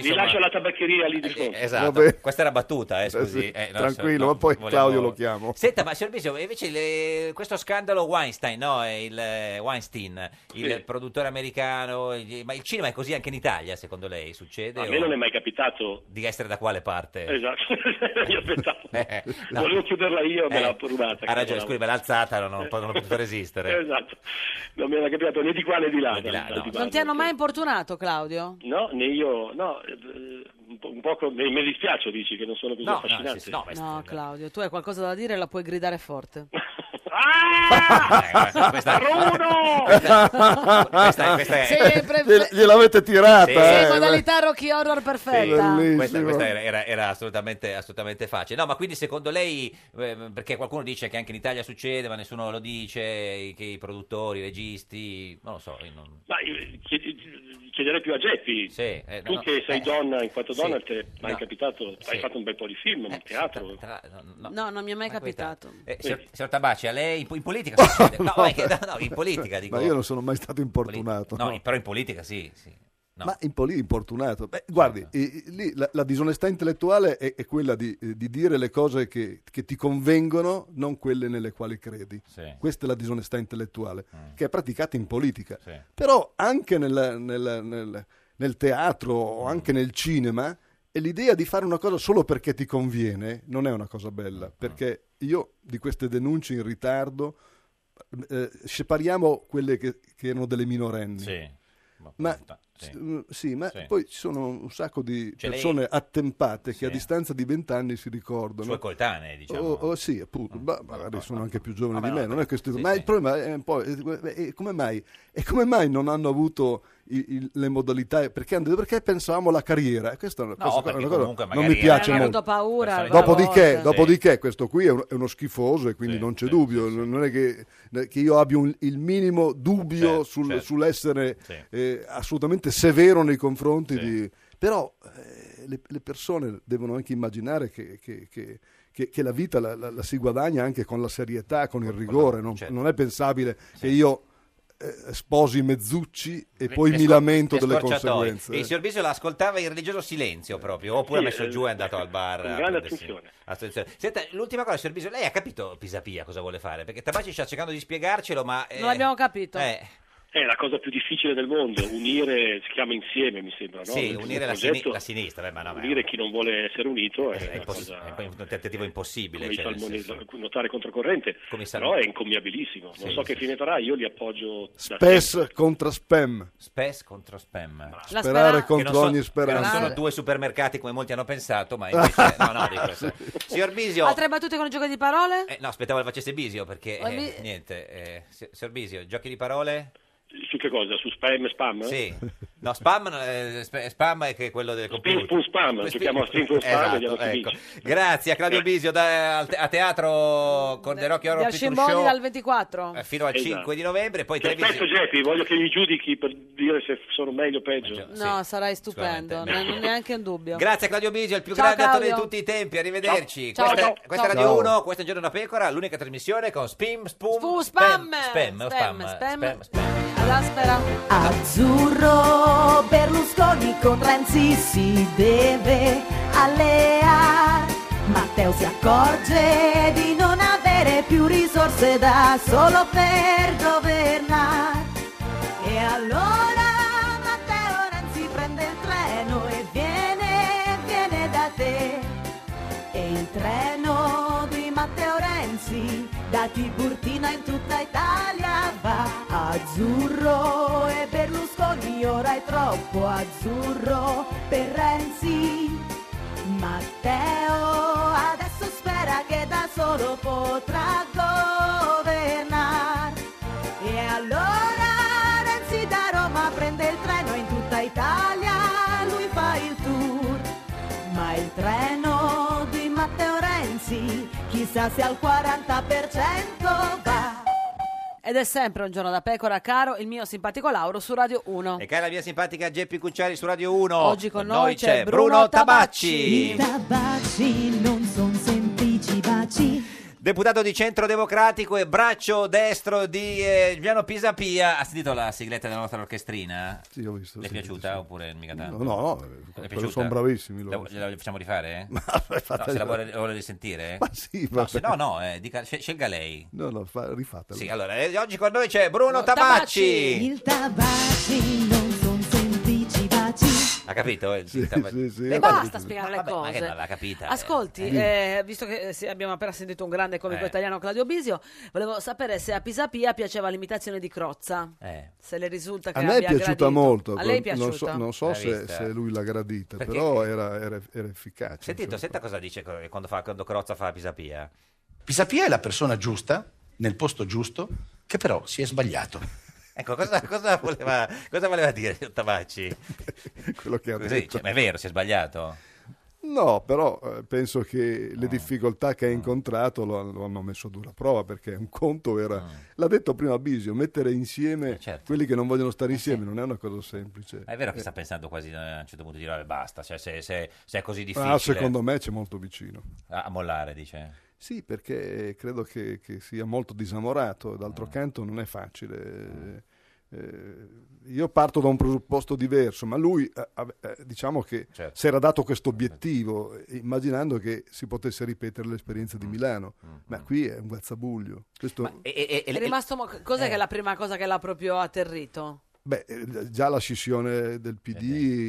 insomma... lascio la tabaccheria lì di fronte. Esatto, Vabbè. questa era battuta, eh, scusi. sì, Eh, no, tranquillo, no, ma poi volevo- Claudio lo chiamo. Senta, ma signor Bisio, invece le- questo scandalo Weinstein, no? Il eh, Weinstein, il Sì. produttore americano, il- ma il cinema è così anche in Italia, secondo lei? Succede? A me o- non è mai capitato. Di essere da quale parte? Esatto, io aspettavo. Eh, no. Volevo chiuderla io, me Eh, l'ha rubata. Ha ragione, scusi, me l'ha alzata, non, ho- non ho potuto resistere. Esatto, non mi era capitato né di qua né di là. Né di là, dal- no. di Non ti hanno mai importunato, Claudio? No, né io, no, eh, un, po', un poco, mi, mi dispiace, dici che non sono così No, no, affascinante. sì, sì, no, ma- No, Claudio, tu hai qualcosa da dire e la puoi gridare forte. Eh, questa, Bruno! questa, questa, questa è... Sempre Gliel- Gliel'avete tirata, Sì, eh, Sì, modalità Rocky Horror perfetta. Bellissimo. Questa, questa era, era- era assolutamente, assolutamente facile. No, ma quindi secondo lei, eh, perché qualcuno dice che anche in Italia succede, ma nessuno lo dice, i- che i produttori, i registi, non lo so. io non- Ma io chied- chiederei più a Geppi. Sì, eh, tu no, che sei eh, donna in quanto sì, donna, ti è mai no, capitato? sì. Hai fatto un bel po' di film, un teatro. Tra- tra- no, No, non mi è mai capitato. Eh, signor, signor Tabacci, a lei in, in politica succede? No, ma che- no, no, in politica dico. Ma io non sono mai stato importunato. No, no. in- però in politica sì, sì. No. Ma in poli- importunato. Beh, guardi, eh, lì la, la disonestà intellettuale è, è quella di, eh, di dire le cose che, che ti convengono, non quelle nelle quali credi. Sì. Questa è la disonestà intellettuale, che è praticata in politica. Sì. Però anche nel, nel- nel- nel teatro o anche nel cinema, è l'idea di fare una cosa solo perché ti conviene non è una cosa bella. Perché io di queste denunce in ritardo, eh, separiamo quelle che, che erano delle minorenni. Sì. Ma, Sì. s- sì, ma Sì. poi ci sono un sacco di Cioè lei- persone attempate Sì. che a distanza di vent'anni si ricordano. Sue coetanee, diciamo. Oh, oh, sì, appunto, ma magari sono anche più giovani Vabbè, di me, no, non è questo. sì, ma sì. il problema è un po' è- è come mai? E come mai non hanno avuto i- i- le modalità? Perché, hanno detto, perché pensavamo alla carriera? E questa è una No, cosa, perché una cosa comunque non magari mi piace Hanno molto. avuto paura. Persone- una Dopodiché, volta. dopodiché questo qui è, un- è uno schifoso e quindi Sì, non c'è sì, dubbio, sì, sì. non è che, che io abbia un- il minimo dubbio Certo, sul- certo. sull'essere Sì. eh, assolutamente severo nei confronti Sì. di... Però eh, le, le persone devono anche immaginare che, che- che- che- che la vita la, la- la si guadagna anche con la serietà, con il rigore, non, certo. non è pensabile che io eh, sposi mezzucci e poi Le mi scor- lamento le delle scorciatoie. conseguenze. E il signor Bisio l'ascoltava in religioso silenzio proprio, oppure Sì, ha messo eh, giù e è andato al bar. con a grande prendersi- attenzione. attenzione. Senta, l'ultima cosa, signor Bisio, lei ha capito Pisapia cosa vuole fare? Perché Tabacci sta cercando di spiegarcelo, ma... eh, Non abbiamo capito. eh, È la cosa più difficile del mondo, unire, si chiama insieme mi sembra, no? sì, Il unire la, progetto- sini- la sinistra, eh, ma no, ma è, unire chi non vuole essere unito è, è una imposs- cosa... è un tentativo impossibile. come i cioè, nel salmoni- senso- nuotare controcorrente, Come i però salmoni. è incommiabilissimo. Non Sì, so sì, che fine farà, io li appoggio da Spes sempre. contra spam. Spes contro spam. La Sperare speranza- Che contro non so- ogni che speranza. non sono due supermercati come molti hanno pensato, ma invece no, no, dico, se- signor Bisio. Altre battute con il gioco di parole? Eh, no, aspettavo che facesse Bisio perché Ma eh, mi- niente, eh, si- signor Bisio, giochi di parole? Su che cosa? Su spam e spam? Sì. No, spam, eh, sp- spam è che quello del Spin computer. Spoon Spam, giochiamo a Spin Spoon Spam, Esatto, vediamo chi ecco. vince. Grazie a Claudio Bisio da- al te- a teatro con The Rocky Horror Di Picture Arcimboldi Show dal ventiquattro. eh, fino al Esatto. cinque di novembre, poi Ti aspetto televisione. Geppi, voglio che mi giudichi per dire se sono meglio o peggio. No, Sì, sarai stupendo, sicuramente. non non neanche un dubbio. Grazie a Claudio Bisio, il più Ciao, grande attore di Claudio. tutti i tempi. Arrivederci. Ciao. Questa, Ciao. questa è Ciao. Radio Ciao. uno, questo è Un Giorno da Pecora, l'unica trasmissione con Spim, Spum, Fu- Spam, spam. Spam, o Spam, spam, spam. spam, spam. All'aspera. Azzurro, Berlusconi con Renzi si deve alleare. Matteo si accorge di non avere più risorse da solo per governare. E allora Matteo Renzi prende il treno e viene, viene da te. E il treno di Matteo Renzi da Tiburtina in tutta Italia va. Azzurro e Berlusconi ora è troppo azzurro per Renzi. Matteo adesso spera che da solo potrà governare. E allora Renzi da Roma prende il treno in tutta Italia, lui fa il tour. Ma il treno di Matteo Renzi chissà se al quaranta per cento va. Ed è sempre Un Giorno da Pecora, caro il mio simpatico Lauro su Radio uno. E cara la mia simpatica Geppi Cucciari su Radio uno. Oggi con noi c'è Bruno I Tabacci. tabacci non son semplici baci. deputato di Centro Democratico e braccio destro di eh, Giuliano Pisapia. Ha sentito la sigletta della nostra orchestrina? Sì, ho visto. Le è sì, piaciuta sì. oppure mica tanto? No, no, Le è quelli sono bravissimi loro. La, la facciamo rifare? Ma, no, se la vuole, vuole risentire? Ma sì, no, va se, no, no, eh, dica, scelga lei. No, no, fa, rifatelo. Sì, allora, eh, oggi con noi c'è Bruno No, Tabacci. Il tabacci non son semplici baci. Ha capito? Il, Sì, il tab- sì, sì. Eh, E guarda, basta spiegare le vabbè, ma cose. che non l'ha capita. Ascolti, eh. eh, visto che eh, sì, abbiamo appena sentito un grande comico Eh. italiano, Claudio Bisio, volevo sapere se a Pisapia piaceva l'imitazione di Crozza. Eh. Se le risulta che A me è abbia piaciuta gradito. molto, A lei è non piaciuta? so, non so L'ha se, vista? se lui l'ha gradita, Perché- però era, era, era efficace. Sentito, senta cosa dice co- quando, fa, quando Crozza fa Pisapia. Pisapia è la persona giusta, nel posto giusto, che però si è sbagliato. Ecco, cosa, cosa, voleva, cosa voleva dire signor Tabacci? Quello che ha Così, detto. cioè, ma è vero, si è sbagliato? No, però eh, penso che le difficoltà che ha incontrato lo, lo hanno messo a dura prova, perché un conto era, l'ha detto prima Bisio, mettere insieme certo. quelli che non vogliono stare insieme non è una cosa semplice. Ma è vero che Eh, sta pensando quasi eh, a un certo punto di dire vabbè, basta, cioè, se, se- se è così difficile ah, secondo me c'è molto vicino. a, a mollare, dice. Sì, perché credo che, che sia molto disamorato, d'altro canto non è facile. Eh, io parto da un presupposto diverso, ma lui eh, ave- eh, diciamo che Certo. si era dato questo obiettivo, eh, immaginando che si potesse ripetere l'esperienza di Milano, ma qui è un guazzabuglio. Questo, E, e- e- È rimasto mo- cos'è eh. che è la prima cosa che l'ha proprio atterrito? beh, eh, già la scissione del P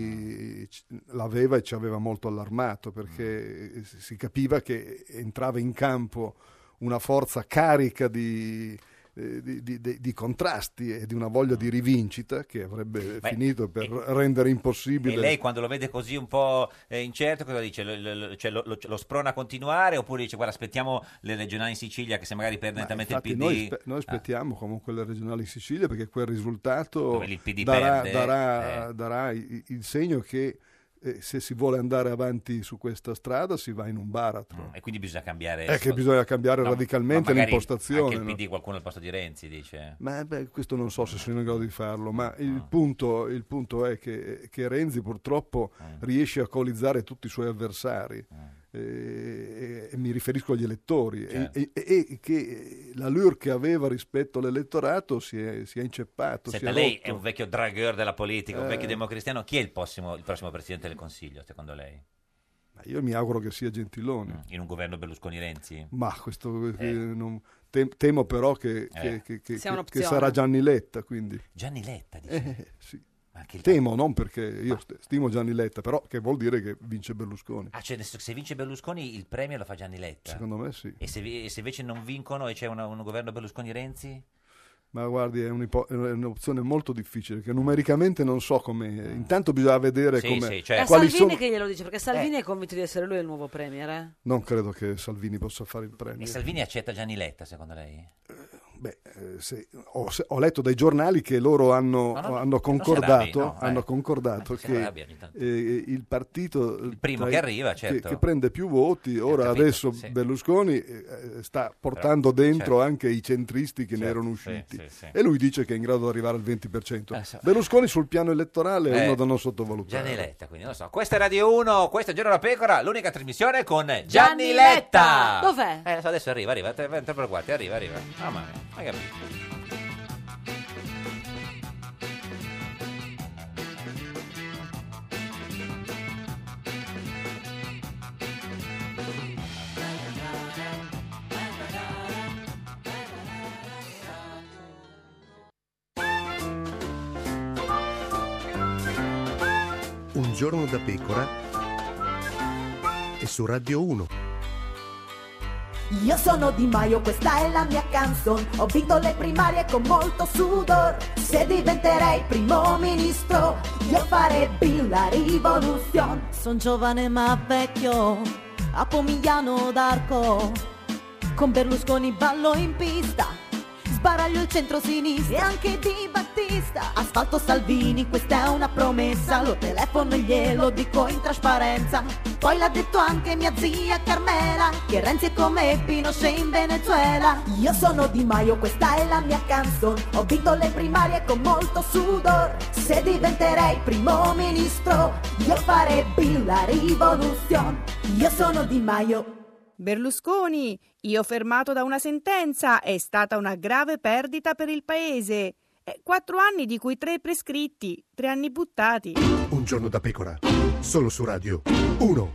D c- l'aveva e ci aveva molto allarmato, perché eh, si si capiva che entrava in campo una forza carica di, eh, di, di- di- di contrasti e di una voglia di rivincita che avrebbe Beh, finito per rendere impossibile. E lei quando lo vede così un po' eh, incerto cosa dice? Lo, lo- lo- cioè, lo- lo- lo sprona a continuare oppure dice guarda aspettiamo le regionali in Sicilia che se magari perde Ma nettamente il infatti P D? noi, spe- noi aspettiamo comunque le regionali in Sicilia, perché quel risultato Dove il P D darà, perde, darà- eh. darà il, il segno che eh, se si vuole andare avanti su questa strada si va in un baratro. E quindi bisogna cambiare È che bisogna cambiare No, radicalmente ma magari l'impostazione. anche il no? P D qualcuno al posto di Renzi dice. Ma beh, questo non so se sono in grado di farlo, ma Ah. il, punto, il punto è che, che Renzi purtroppo Ah. riesce a coalizzare tutti i suoi avversari, eh, e, e mi riferisco agli elettori, e- Certo. e, e- e che l'allure che aveva rispetto all'elettorato si è, si è inceppato. Senta, si è lei rotto. è un vecchio dragueur della politica, un Eh. vecchio democristiano. Chi è il prossimo, il prossimo presidente del Consiglio, secondo lei? Ma io mi auguro che sia Gentiloni. In un governo Berlusconi-Renzi? Ma questo eh, non- tem- temo però che, che- Eh. che- che- Sia che un'opzione. sarà Gianni Letta, quindi. Gianni Letta, dice? Eh, sì. Ma anche il- Temo, non perché io st- stimo Gianni Letta, però che vuol dire che vince Berlusconi. Ah, cioè nel senso che se vince Berlusconi il premio lo fa Gianni Letta? Secondo me sì. E se, vi- e se invece non vincono e c'è una- un governo Berlusconi-Renzi? Ma guardi, è, un'ipo- è un'opzione molto difficile, che numericamente non so come. Intanto bisogna vedere Sì, come. sì, È certo. a quali Salvini sono- che glielo dice, perché Salvini è convinto di essere lui il nuovo premier. Eh? Non credo che Salvini possa fare il E premio. Salvini accetta Gianni Letta, secondo lei? Beh, eh, se- ho, se- ho letto dai giornali che loro hanno, No, no, hanno non si concordato, arrabbi, no, hanno eh. concordato Eh, si che arrabbia ogni tanto. eh, il partito Il primo tra che i- arriva, certo. che, che prende più voti, ora capito, adesso sì. Berlusconi eh, sta portando Però, dentro certo. anche i centristi che ne Certo, erano sì, usciti sì, sì. e lui dice che è in grado di arrivare al venti per cento. Eh, so- Berlusconi sul piano elettorale è Eh, uno da non sottovalutare. Gianni Letta, quindi non lo so. Questa è Radio uno, questo è Giorno da Pecora, l'unica trasmissione con Gianni, Gianni Letta. Letta! Dov'è? Eh, adesso- adesso arriva, arriva, tre tre per quarti, arriva, arriva. Mamma mia, hai capito? Un giorno da pecora e su Radio uno. Io sono Di Maio, questa è la mia canzone. Ho vinto le primarie con molto sudor. Se diventerei primo ministro, io farebbe la rivoluzione. Son giovane ma vecchio, a Pomigliano d'Arco. Con Berlusconi ballo in pista, sbaraglio il centro-sinistra e anche Di Battista. Asfalto Salvini, questa è una promessa. Lo telefono e glielo dico in trasparenza. Poi l'ha detto anche mia zia Carmela, che Renzi è come Pinochet in Venezuela. Io sono Di Maio, questa è la mia canzone. Ho vinto le primarie con molto sudor. Se diventerei primo ministro, io farebbe la rivoluzione. Io sono Di Maio. Berlusconi, io fermato da una sentenza, è stata una grave perdita per il paese. Eh, Quattro anni di cui tre prescritti, tre anni buttati. Un giorno da pecora, solo su Radio uno.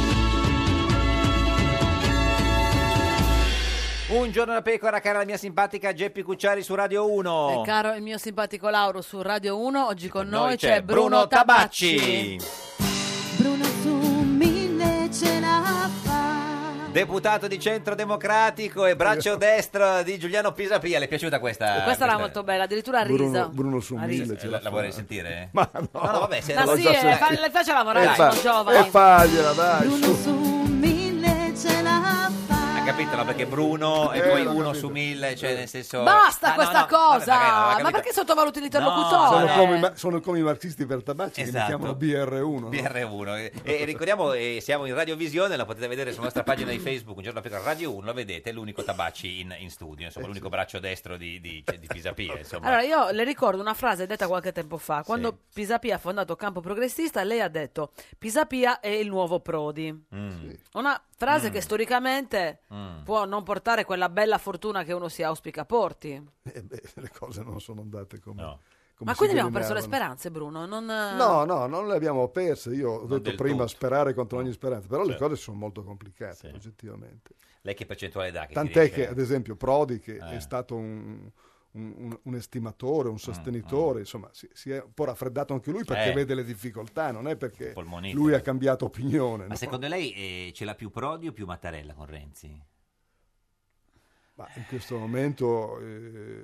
Un giorno da pecora, cara la mia simpatica Geppi Cucciari su Radio uno. E caro il mio simpatico Lauro su Radio uno, oggi con, Con noi c'è Bruno, Bruno Tabacci. Tabacci. Bruno su mille ce la fa. Deputato di Centro Democratico e braccio destro di Giuliano Pisapia. Le è piaciuta questa? Questa era molto bella, addirittura a riso. Bruno, Bruno su A riso. mille ce La, la la fa. vorrei sentire? Ma no, no, no vabbè, se Ma l'ho sì, già eh, sentita. fa- le faccia lavorare, E fa- sono giovani. e fagliela, dai. Bruno su. su mille ce la fa. Ha capito, no? Perché Bruno e Eh, poi l'ho uno capito. su mille, cioè nel senso... Basta Ah, no, questa no, cosa! vabbè, magari non l'ha Ma capito. perché sottovaluti No, l'interlocutore? Sono, no. come, i ma- sono come i marxisti per Tabacci Esatto. che mi chiamano B R uno. B R uno. E, e ricordiamo, eh, siamo in radiovisione, la potete vedere sulla nostra pagina di Facebook, un giorno per Radio uno, lo vedete, è l'unico Tabacci in, in studio, insomma, l'unico braccio destro di, di, cioè, di Pisapia, insomma. Allora, io le ricordo una frase detta qualche tempo fa. Quando Pisapia ha fondato Campo Progressista, lei ha detto: Pisapia è il nuovo Prodi. Mm. Una frase Mm. che storicamente Mm. può non portare quella bella fortuna che uno si auspica porti. Eh beh, le cose non sono andate come, No. come Ma si quindi abbiamo perso le delineavano. speranze, Bruno? Non... No, no, non le abbiamo perse. Io ho detto del prima tutto. sperare contro ogni speranza, però le Certo. cose sono molto complicate, Sì. oggettivamente. Lei che percentuale dà? Che ti Tant'è riesce? che, ad esempio, Prodi, che Eh. è stato un, un- un- un estimatore, un sostenitore, insomma, si, si è un po' raffreddato anche lui perché Eh. vede le difficoltà, non è perché Polmonite. lui ha cambiato opinione. Ma no? secondo lei eh, ce l'ha più Prodi o più Mattarella con Renzi? Ma in questo momento eh,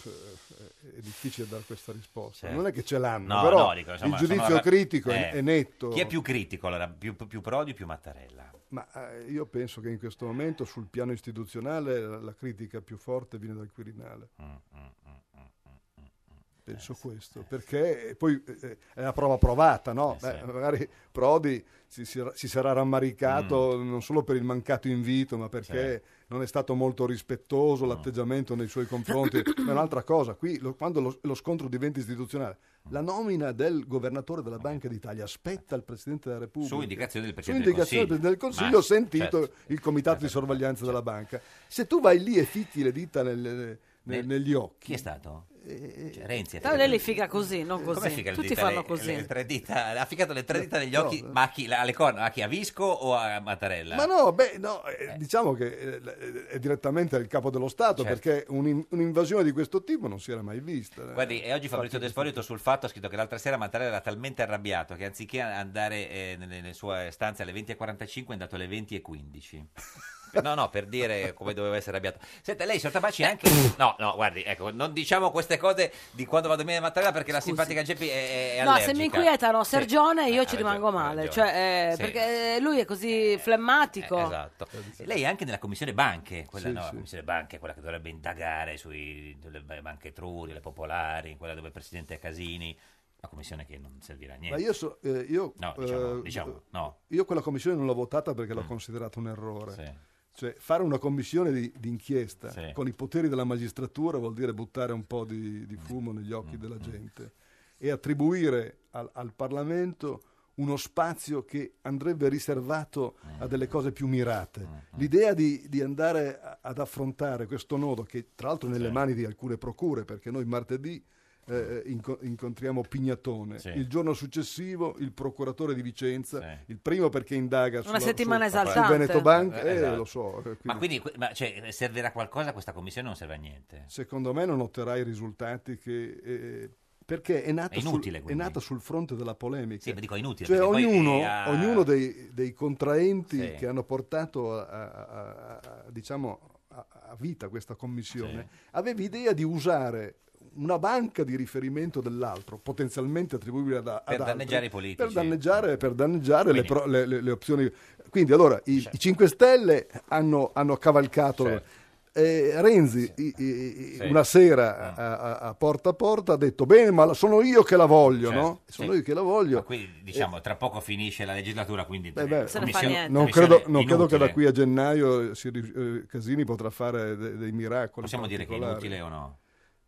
è difficile dare questa risposta. Certo. Non è che ce l'hanno, No, però no, dico, insomma, il giudizio sono- critico eh. è, è netto. Chi è più critico allora? Più, più Prodi o più Mattarella? Ma eh, io penso che in questo momento sul piano istituzionale la, la critica più forte viene dal Quirinale. Mm, mm, mm, mm, mm, mm. Penso Eh, sì, questo, eh, perché poi eh, è una prova provata, no? Eh, Beh, sì. magari Prodi si, si, si sarà rammaricato Mm. non solo per il mancato invito, ma perché non è stato molto rispettoso l'atteggiamento nei suoi confronti. Ma è un'altra cosa, qui lo- quando lo, lo scontro diventa istituzionale, la nomina del governatore della Banca d'Italia spetta al Presidente della Repubblica. Su indicazione del Su Presidente del indicazione del Consiglio. Presidente del Consiglio, Ma- sentito certo. il Comitato di sorveglianza della banca. Se tu vai lì e ficchi le dita nel- nel- Nel- negli occhi... Chi è stato? Cioè, Renzi. ha Però figato- lei li figa così, non Come così. figa le Tutti dita? fanno Le- così. le tre dita, ha ficcato le tre dita negli No, occhi, no. ma a chi? Alle corna? A chi? A Visco o a Mattarella? Ma no, beh, no, eh, diciamo che eh, è direttamente il capo dello Stato, Certo. perché un'in- un'invasione di questo tipo non si era mai vista. eh. Guardi, e oggi Fabrizio Infatti, Despolito sul Fatto ha scritto che l'altra sera Mattarella era talmente arrabbiato che anziché andare eh, nelle, nelle sue stanze alle venti e quarantacinque è andato alle venti e quindici. No, no, per dire come doveva essere arrabbiato. Senta, lei, signor Tabacci, anche... No, no, guardi, ecco, non diciamo queste cose di quando vado a dormire Mattarella perché la simpatica Geppi è, è No, allergica. se mi inquietano Sì. Sergione io Eh, ci ha rimango ragione, ha male, ragione. cioè, eh, Sì. perché lui è così flemmatico. Eh, esatto. Lei è anche nella commissione banche, quella, Sì, no, la sì. commissione banche, quella che dovrebbe indagare sui le banche Etruria, le popolari, quella dove il presidente è Casini, una commissione che non servirà a niente. Ma io, so- eh, io, No, diciamo, eh, diciamo, no. io quella commissione non l'ho votata perché l'ho Mm. considerata un errore. Sì. Cioè, fare una commissione di, di inchiesta Sì. con i poteri della magistratura vuol dire buttare un po' di, di fumo negli occhi Mm, della gente e attribuire al, al Parlamento uno spazio che andrebbe riservato a delle cose più mirate. L'idea di, di andare a- ad affrontare questo nodo, che tra l'altro è nelle Sì. mani di alcune procure, perché noi martedì eh, inco- incontriamo Pignatone, Sì. il giorno successivo il procuratore di Vicenza, Sì. il primo perché indaga Una sulla- settimana su- esaltante. sul Veneto Bank, Eh, eh, esatto. lo so. eh, Ma quindi- quindi que- ma, cioè, servirà qualcosa questa commissione o non serve a niente? Secondo me non otterrai risultati che... eh, perché è nata, È inutile, sul, è quindi. nata sul fronte della polemica. Sì, ma dico inutile, Cioè perché poi, ognuno, eh, ha- ognuno dei, dei contraenti Sì. che hanno portato a, a- a- a- diciamo, a, a vita questa commissione Sì. aveva idea di usare una banca di riferimento dell'altro, potenzialmente attribuibile ad, ad Per altri, danneggiare i politici. per danneggiare, per danneggiare le, Quindi- pro- le- le- le opzioni. Quindi allora i, i cinque Stelle hanno, hanno cavalcato. Certo. Eh, Renzi i- i- i- Sì. una sera a, a- a porta a porta ha detto bene, ma la- sono io che la voglio, Certo, no? sì. Sono io che la voglio. Ma quindi diciamo tra poco finisce la legislatura, quindi Beh, beh, eh, Se ne fa commissione- niente. non commissione credo, non credo che inutile. da qui a gennaio si ri- eh, Casini potrà fare de- dei miracoli. Possiamo dire che è particolari. inutile o no?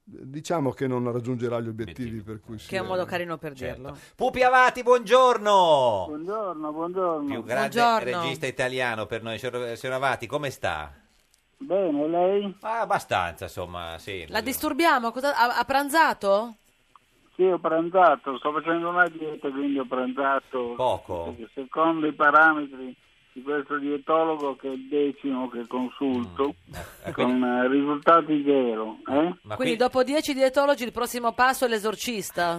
diciamo che non raggiungerà gli obiettivi per cui si Che è un modo carino per Certo. dirlo. Pupi Avati, buongiorno. Buongiorno, buongiorno. Più grande Buongiorno. regista italiano per noi. Signor, signor Avati, come sta? Bene, lei? Ah, abbastanza, insomma, sì. La disturbiamo? Cosa- ha, ha pranzato? Sì, ho pranzato, sto facendo una dieta, quindi ho pranzato. Poco? Perché secondo i parametri di questo dietologo, che è il decimo che consulto, Mm. con eh, risultati zero. Eh? Quindi dopo dieci dietologi il prossimo passo è l'esorcista?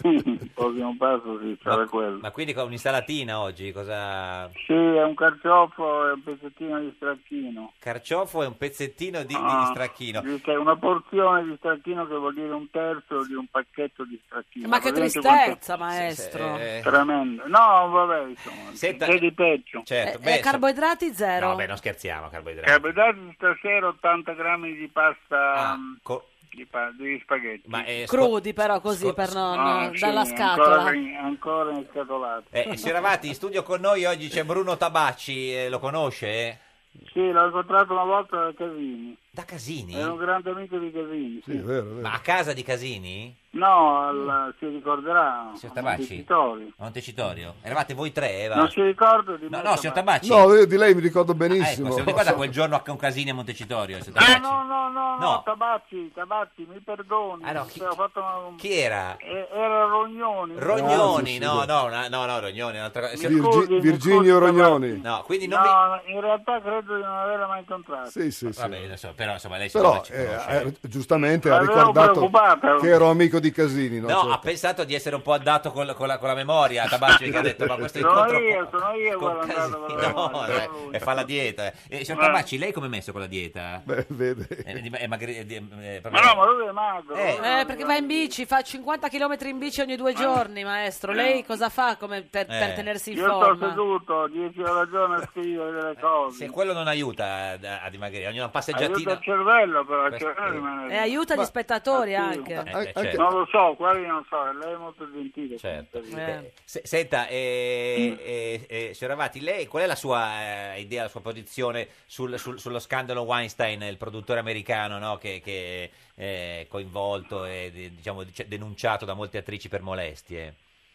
Il prossimo passo sì, sarà quello. Ma quindi con un'insalatina oggi, cosa... Sì, è un carciofo e un pezzettino di stracchino. Carciofo e un pezzettino di, Ah, di stracchino. sì, che è una porzione di stracchino che vuol dire un terzo di un pacchetto di stracchino. Ma che Praticamente tristezza, quanto- maestro. Eh, Tremendo. No, vabbè, insomma, Senta- c'è di peggio. Certo, E beh, carboidrati zero? no, beh, non scherziamo, carboidrati. Carboidrati stasera ottanta grammi di pasta mh, co- di, pa- di spaghetti. Ma è Crudi però così per non... Ah, sì, dalla scatola. Ancora, in- ancora in scatolata. Eh, signor Avati, in studio con noi oggi c'è Bruno Tabacci, eh, lo conosce? Sì, l'ho incontrato una volta da Casini. Da Casini? Era un grande amico di Casini. Sì. Ma a casa di Casini? No, al- si ricorderà. Signor a Tabacci? Montecitorio. Montecitorio? Eravate voi tre? eh, va? Non si ricorda di No, me, no, signor Tabacci. No, io di lei mi ricordo Ah, benissimo. ecco, se lo ricorda quel giorno con Casini a Montecitorio? signor Ah, Tabacci? no, no, no, no, No. Tabacci, Tabacci, mi perdoni. Ah, no, chi- Ho fatto una- Chi era? eh, Era Rognoni. Rognoni, sì, sì, no, sì. no, no, no, no, Rognoni, un'altra cosa. Mi Signor- scusi, mi Virginio scusi, Rognoni. No, quindi non No, in realtà credo di non averla mai incontrata. Sì, sì, sì. Vabbè, adesso, però insomma lei signor Però Tabacci eh, conosce. eh, giustamente ha L'avevo ricordato preoccupata. che ero amico di Casini. No, No, Certo. ha pensato di essere un po' andato con, con la, con la memoria, Tabacci, che ha detto, ma questo Sono incontro io, con, sono io con quello andato con la Casini, no, memoria, eh, non lui. e fa la dieta. Eh. Eh, signor Eh. Tabacci, lei come è messo con la dieta? Beh, vede. Eh, di- è magri- di- eh, Ma proprio- no, ma lui è magro. Eh, perché va in bici, fa cinquanta chilometri in bici ogni due giorni, maestro. Lei cosa fa come per, per Eh. tenersi in Io sto forma? seduto dieci ore al giorno a scrivere delle cose. Se quello non aiuta a, a dimagrire, ogni una Aiuta passeggiatina... il cervello, però il Questo- cervello rimane... E aiuta gli spettatori anche. Eh, eh, certo. Non lo so, quelli non so, lei è molto gentile. Certo. Eh. Eh, se- senta, eh, eh, eh, signor Avati, lei qual è la sua eh, idea, la sua posizione sul- sul- sullo scandalo Weinstein, il produttore americano, no, che, che è coinvolto e de- diciamo, dice- denunciato da molte attrici per molestie?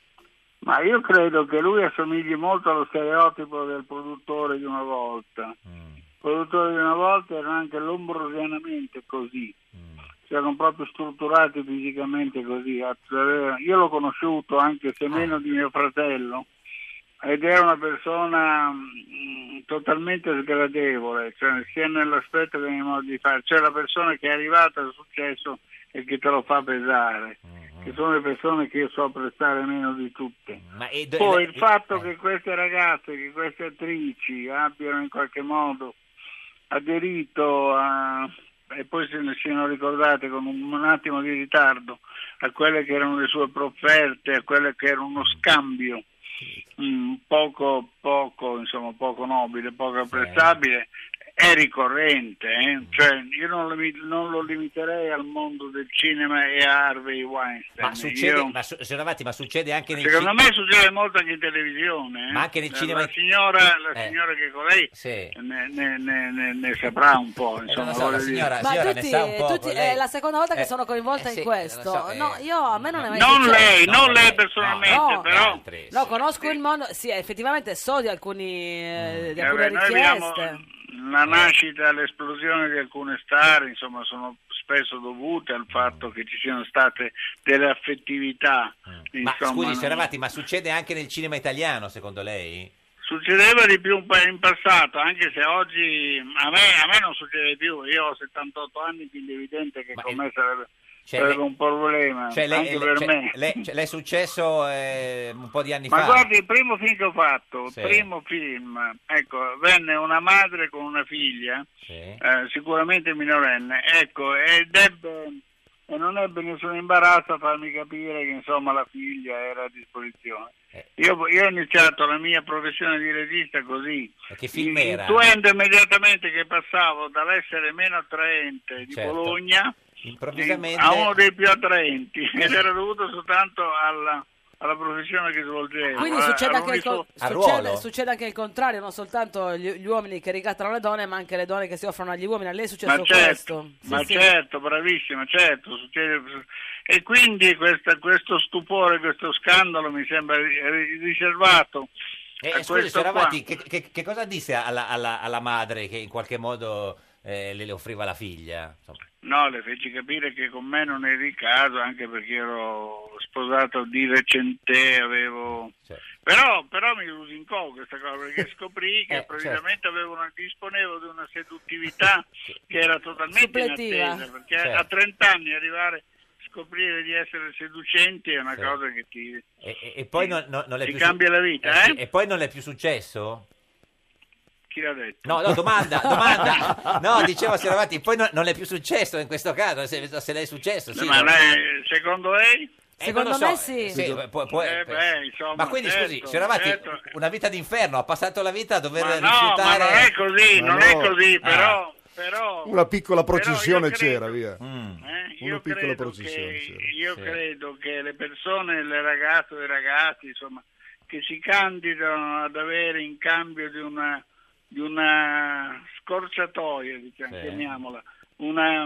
Ma io credo che lui assomigli molto allo stereotipo del produttore di una volta. Mm. Il produttore di una volta erano anche lombrosianamente così. Mm. Erano proprio strutturati fisicamente così. Io l'ho conosciuto anche se meno di mio fratello ed era una persona mh, totalmente sgradevole, cioè, sia nell'aspetto che nel modo di fare. C'è la persona che è arrivata al successo e che te lo fa pesare, che sono le persone che io so apprezzare meno di tutte. Ma e- Poi e- il fatto che queste ragazze, che queste attrici abbiano in qualche modo aderito a, e poi se ne siano ricordate con un, un attimo di ritardo a quelle che erano le sue profferte, a quelle che era uno scambio mm, poco, poco, insomma, poco nobile, poco apprezzabile, è ricorrente, eh? Cioè, io non lo, mi- non lo limiterei al mondo del cinema e a Harvey Weinstein. Ma succede, Io- ma, su- signor Avati, ma succede anche nel Secondo cinema? me succede molto anche in televisione. eh. Ma anche nel La- cinema- La signora, la Eh. signora che con lei Sì. ne, ne- ne- ne- ne saprà un po'. Eh, Insomma, non lo so, la voglio dire. signora, Ma signora tutti, ne sa un po'. tutti- lei- è la seconda volta che Eh, sono coinvolta eh sì, in questo. lo so, eh. No, io a me non è mai Non successo. lei, No, non no, lei lei, personalmente, no, però. altri, No, sì. conosco il mondo, sì, effettivamente so di alcuni eh, di Eh, alcune beh, noi abbiamo richieste. la nascita e l'esplosione di alcune star, insomma, sono spesso dovute al fatto che ci siano state delle affettività. Ma insomma, scusi, non- signor Avati, ma succede anche nel cinema italiano, secondo lei? Succedeva di più un po' in passato, anche se oggi a me, a me non succede più. Io ho settantotto anni, quindi è evidente che Ma con è- me sarebbe, Cioè, sarebbe lei- un problema, Cioè, lei, anche lei- per cioè, me. lei- cioè, le è successo eh, un po' di anni Ma fa? guardi, il primo film che ho fatto, Sì. il primo film, ecco, venne una madre con una figlia, Sì. eh, sicuramente minorenne, ecco, ed ebbe, e non ebbe nessun imbarazzo a farmi capire che insomma la figlia era a disposizione. Eh. Io, io ho iniziato la mia professione di regista così, E che film era? intuendo immediatamente che passavo dall'essere meno attraente di Certo. Bologna Improvvisamente... a uno dei più attraenti ed era dovuto soltanto alla, alla professione che svolgevo. Quindi eh, succede anche, il all'unico- co- succede, succede anche il contrario, non soltanto gli, gli uomini che ricattano le donne, ma anche le donne che si offrono agli uomini. A lei è successo Ma certo, questo? Sì, ma sì. certo, bravissima, certo, succede. E quindi questa- questo stupore, questo scandalo mi sembra ri- riservato Eh, a scusi, questo signor qua. Ravati, che, che- che cosa disse alla, alla- alla madre che in qualche modo eh, le, le offriva la figlia? Insomma. No, le feci capire che con me non era il caso, anche perché ero sposato di recente, avevo... Però, però mi lusincò questa cosa, perché scoprì che Eh, praticamente avevo una, disponevo di una seduttività che era totalmente Suppletiva. inattesa, perché Certo. a trenta anni arrivare scoprire di essere seducenti è una Sì. cosa che ti, E, e- e poi non, non- non le è ti più cambia la vita, sì, eh? E poi non le è più successo? Chi l'ha detto? No, no, domanda, domanda. No, dicevo, signor Ravati, poi non, non le è più successo in questo caso, se, se le è successo, sì. Ma no? lei, secondo lei? Eh, Secondo non lo me so, sì. eh, sì, può- può- Eh, beh, insomma, ma quindi certo, scusi, signor Ravati, certo. una vita d'inferno, ha passato la vita a dover Ma no, rifiutare... ma non è così, Ma non no. è così, Ah. però... però Una piccola però processione io credo- c'era, via. Mm. Eh, Una io piccola credo processione che, c'era. io Sì. credo che le persone, le ragazze e i ragazzi, insomma, che si candidano ad avere in cambio di una, di una scorciatoia, diciamo, Sì. chiamiamola, una,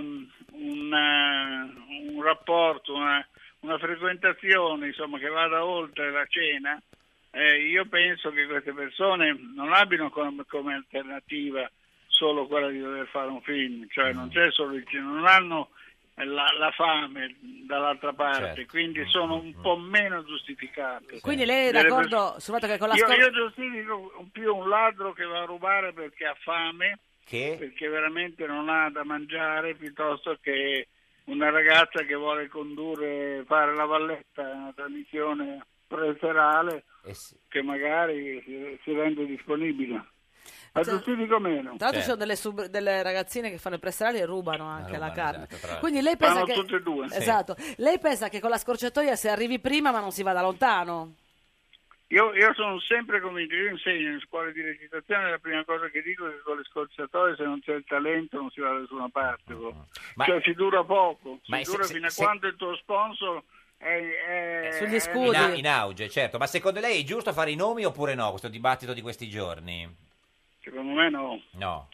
una- un rapporto, una, una frequentazione, insomma, che vada oltre la cena, eh, io penso che queste persone non abbiano come, come alternativa solo quella di dover fare un film, cioè non c'è solo il cinema, non hanno la, la fame dall'altra parte, Certo. quindi sono un po' meno giustificate. Quindi lei è Delle d'accordo pers- sul fatto che con la io, scor- io giustifico un- più un ladro che va a rubare perché ha fame, Che? perché veramente non ha da mangiare, piuttosto che una ragazza che vuole condurre, fare la valletta in una trasmissione preserale Eh sì. che magari si, si rende disponibile. Ma Cioè, giustifico meno. Tra l'altro Certo. ci sono delle, sub- delle ragazzine che fanno i preserali e rubano anche rubano, la carne. esatto, tra l'altro. Quindi lei pensa Fanno che tutte e due. Sì. esatto. Lei pensa che con la scorciatoia si arrivi prima ma non si vada lontano? Io, io sono sempre convinto, io insegno in scuole di recitazione, la prima cosa che dico è che con le scorciatoie se non c'è il talento non si va da nessuna parte. Ma- Cioè si dura poco, Ma si se- dura se- fino a se- quando il tuo sponsor è... è- Sugli è- scudi. In, a- in auge, certo. Ma secondo lei è giusto fare i nomi oppure no, questo dibattito di questi giorni? Secondo me no, No.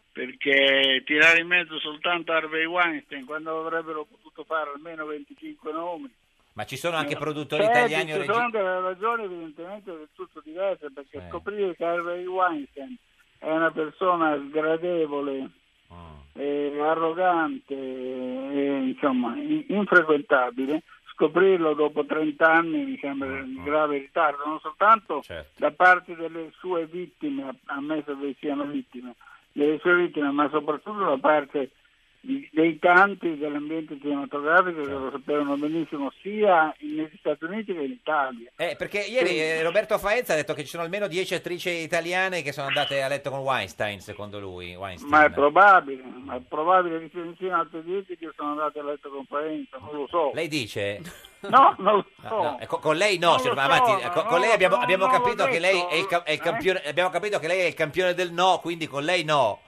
perché tirare in mezzo soltanto Harvey Weinstein quando avrebbero potuto fare almeno venticinque nomi. Ma ci sono anche produttori Certo, italiani o ci regi- sono delle ragioni evidentemente del tutto diverse, perché Sì. scoprire che Harvey Weinstein è una persona sgradevole, Mm. eh, arrogante, eh, insomma in- infrequentabile, scoprirlo dopo trenta anni mi sembra un grave ritardo, non soltanto Certo. da parte delle sue vittime, ammesso che siano vittime, delle sue vittime, ma soprattutto da parte di- dei tanti dell'ambiente cinematografico che lo sapevano benissimo sia negli Stati Uniti che in Italia. Eh, perché ieri eh, Roberto Faenza ha detto che ci sono almeno dieci attrici italiane che sono andate a letto con Weinstein, secondo lui. Weinstein. Ma è probabile, ma è probabile che ci siano altri dieci che sono andati a letto con Faenza, non lo so. Lei dice? No, non lo so. No, no, eh, co- con lei no, Non signor lo so, Avanti, no, con, no, con lei abbiamo, no, abbiamo non l'ho capito che lei è il, ca- è il detto, campione, abbiamo capito che lei è il campione del no, quindi con lei no.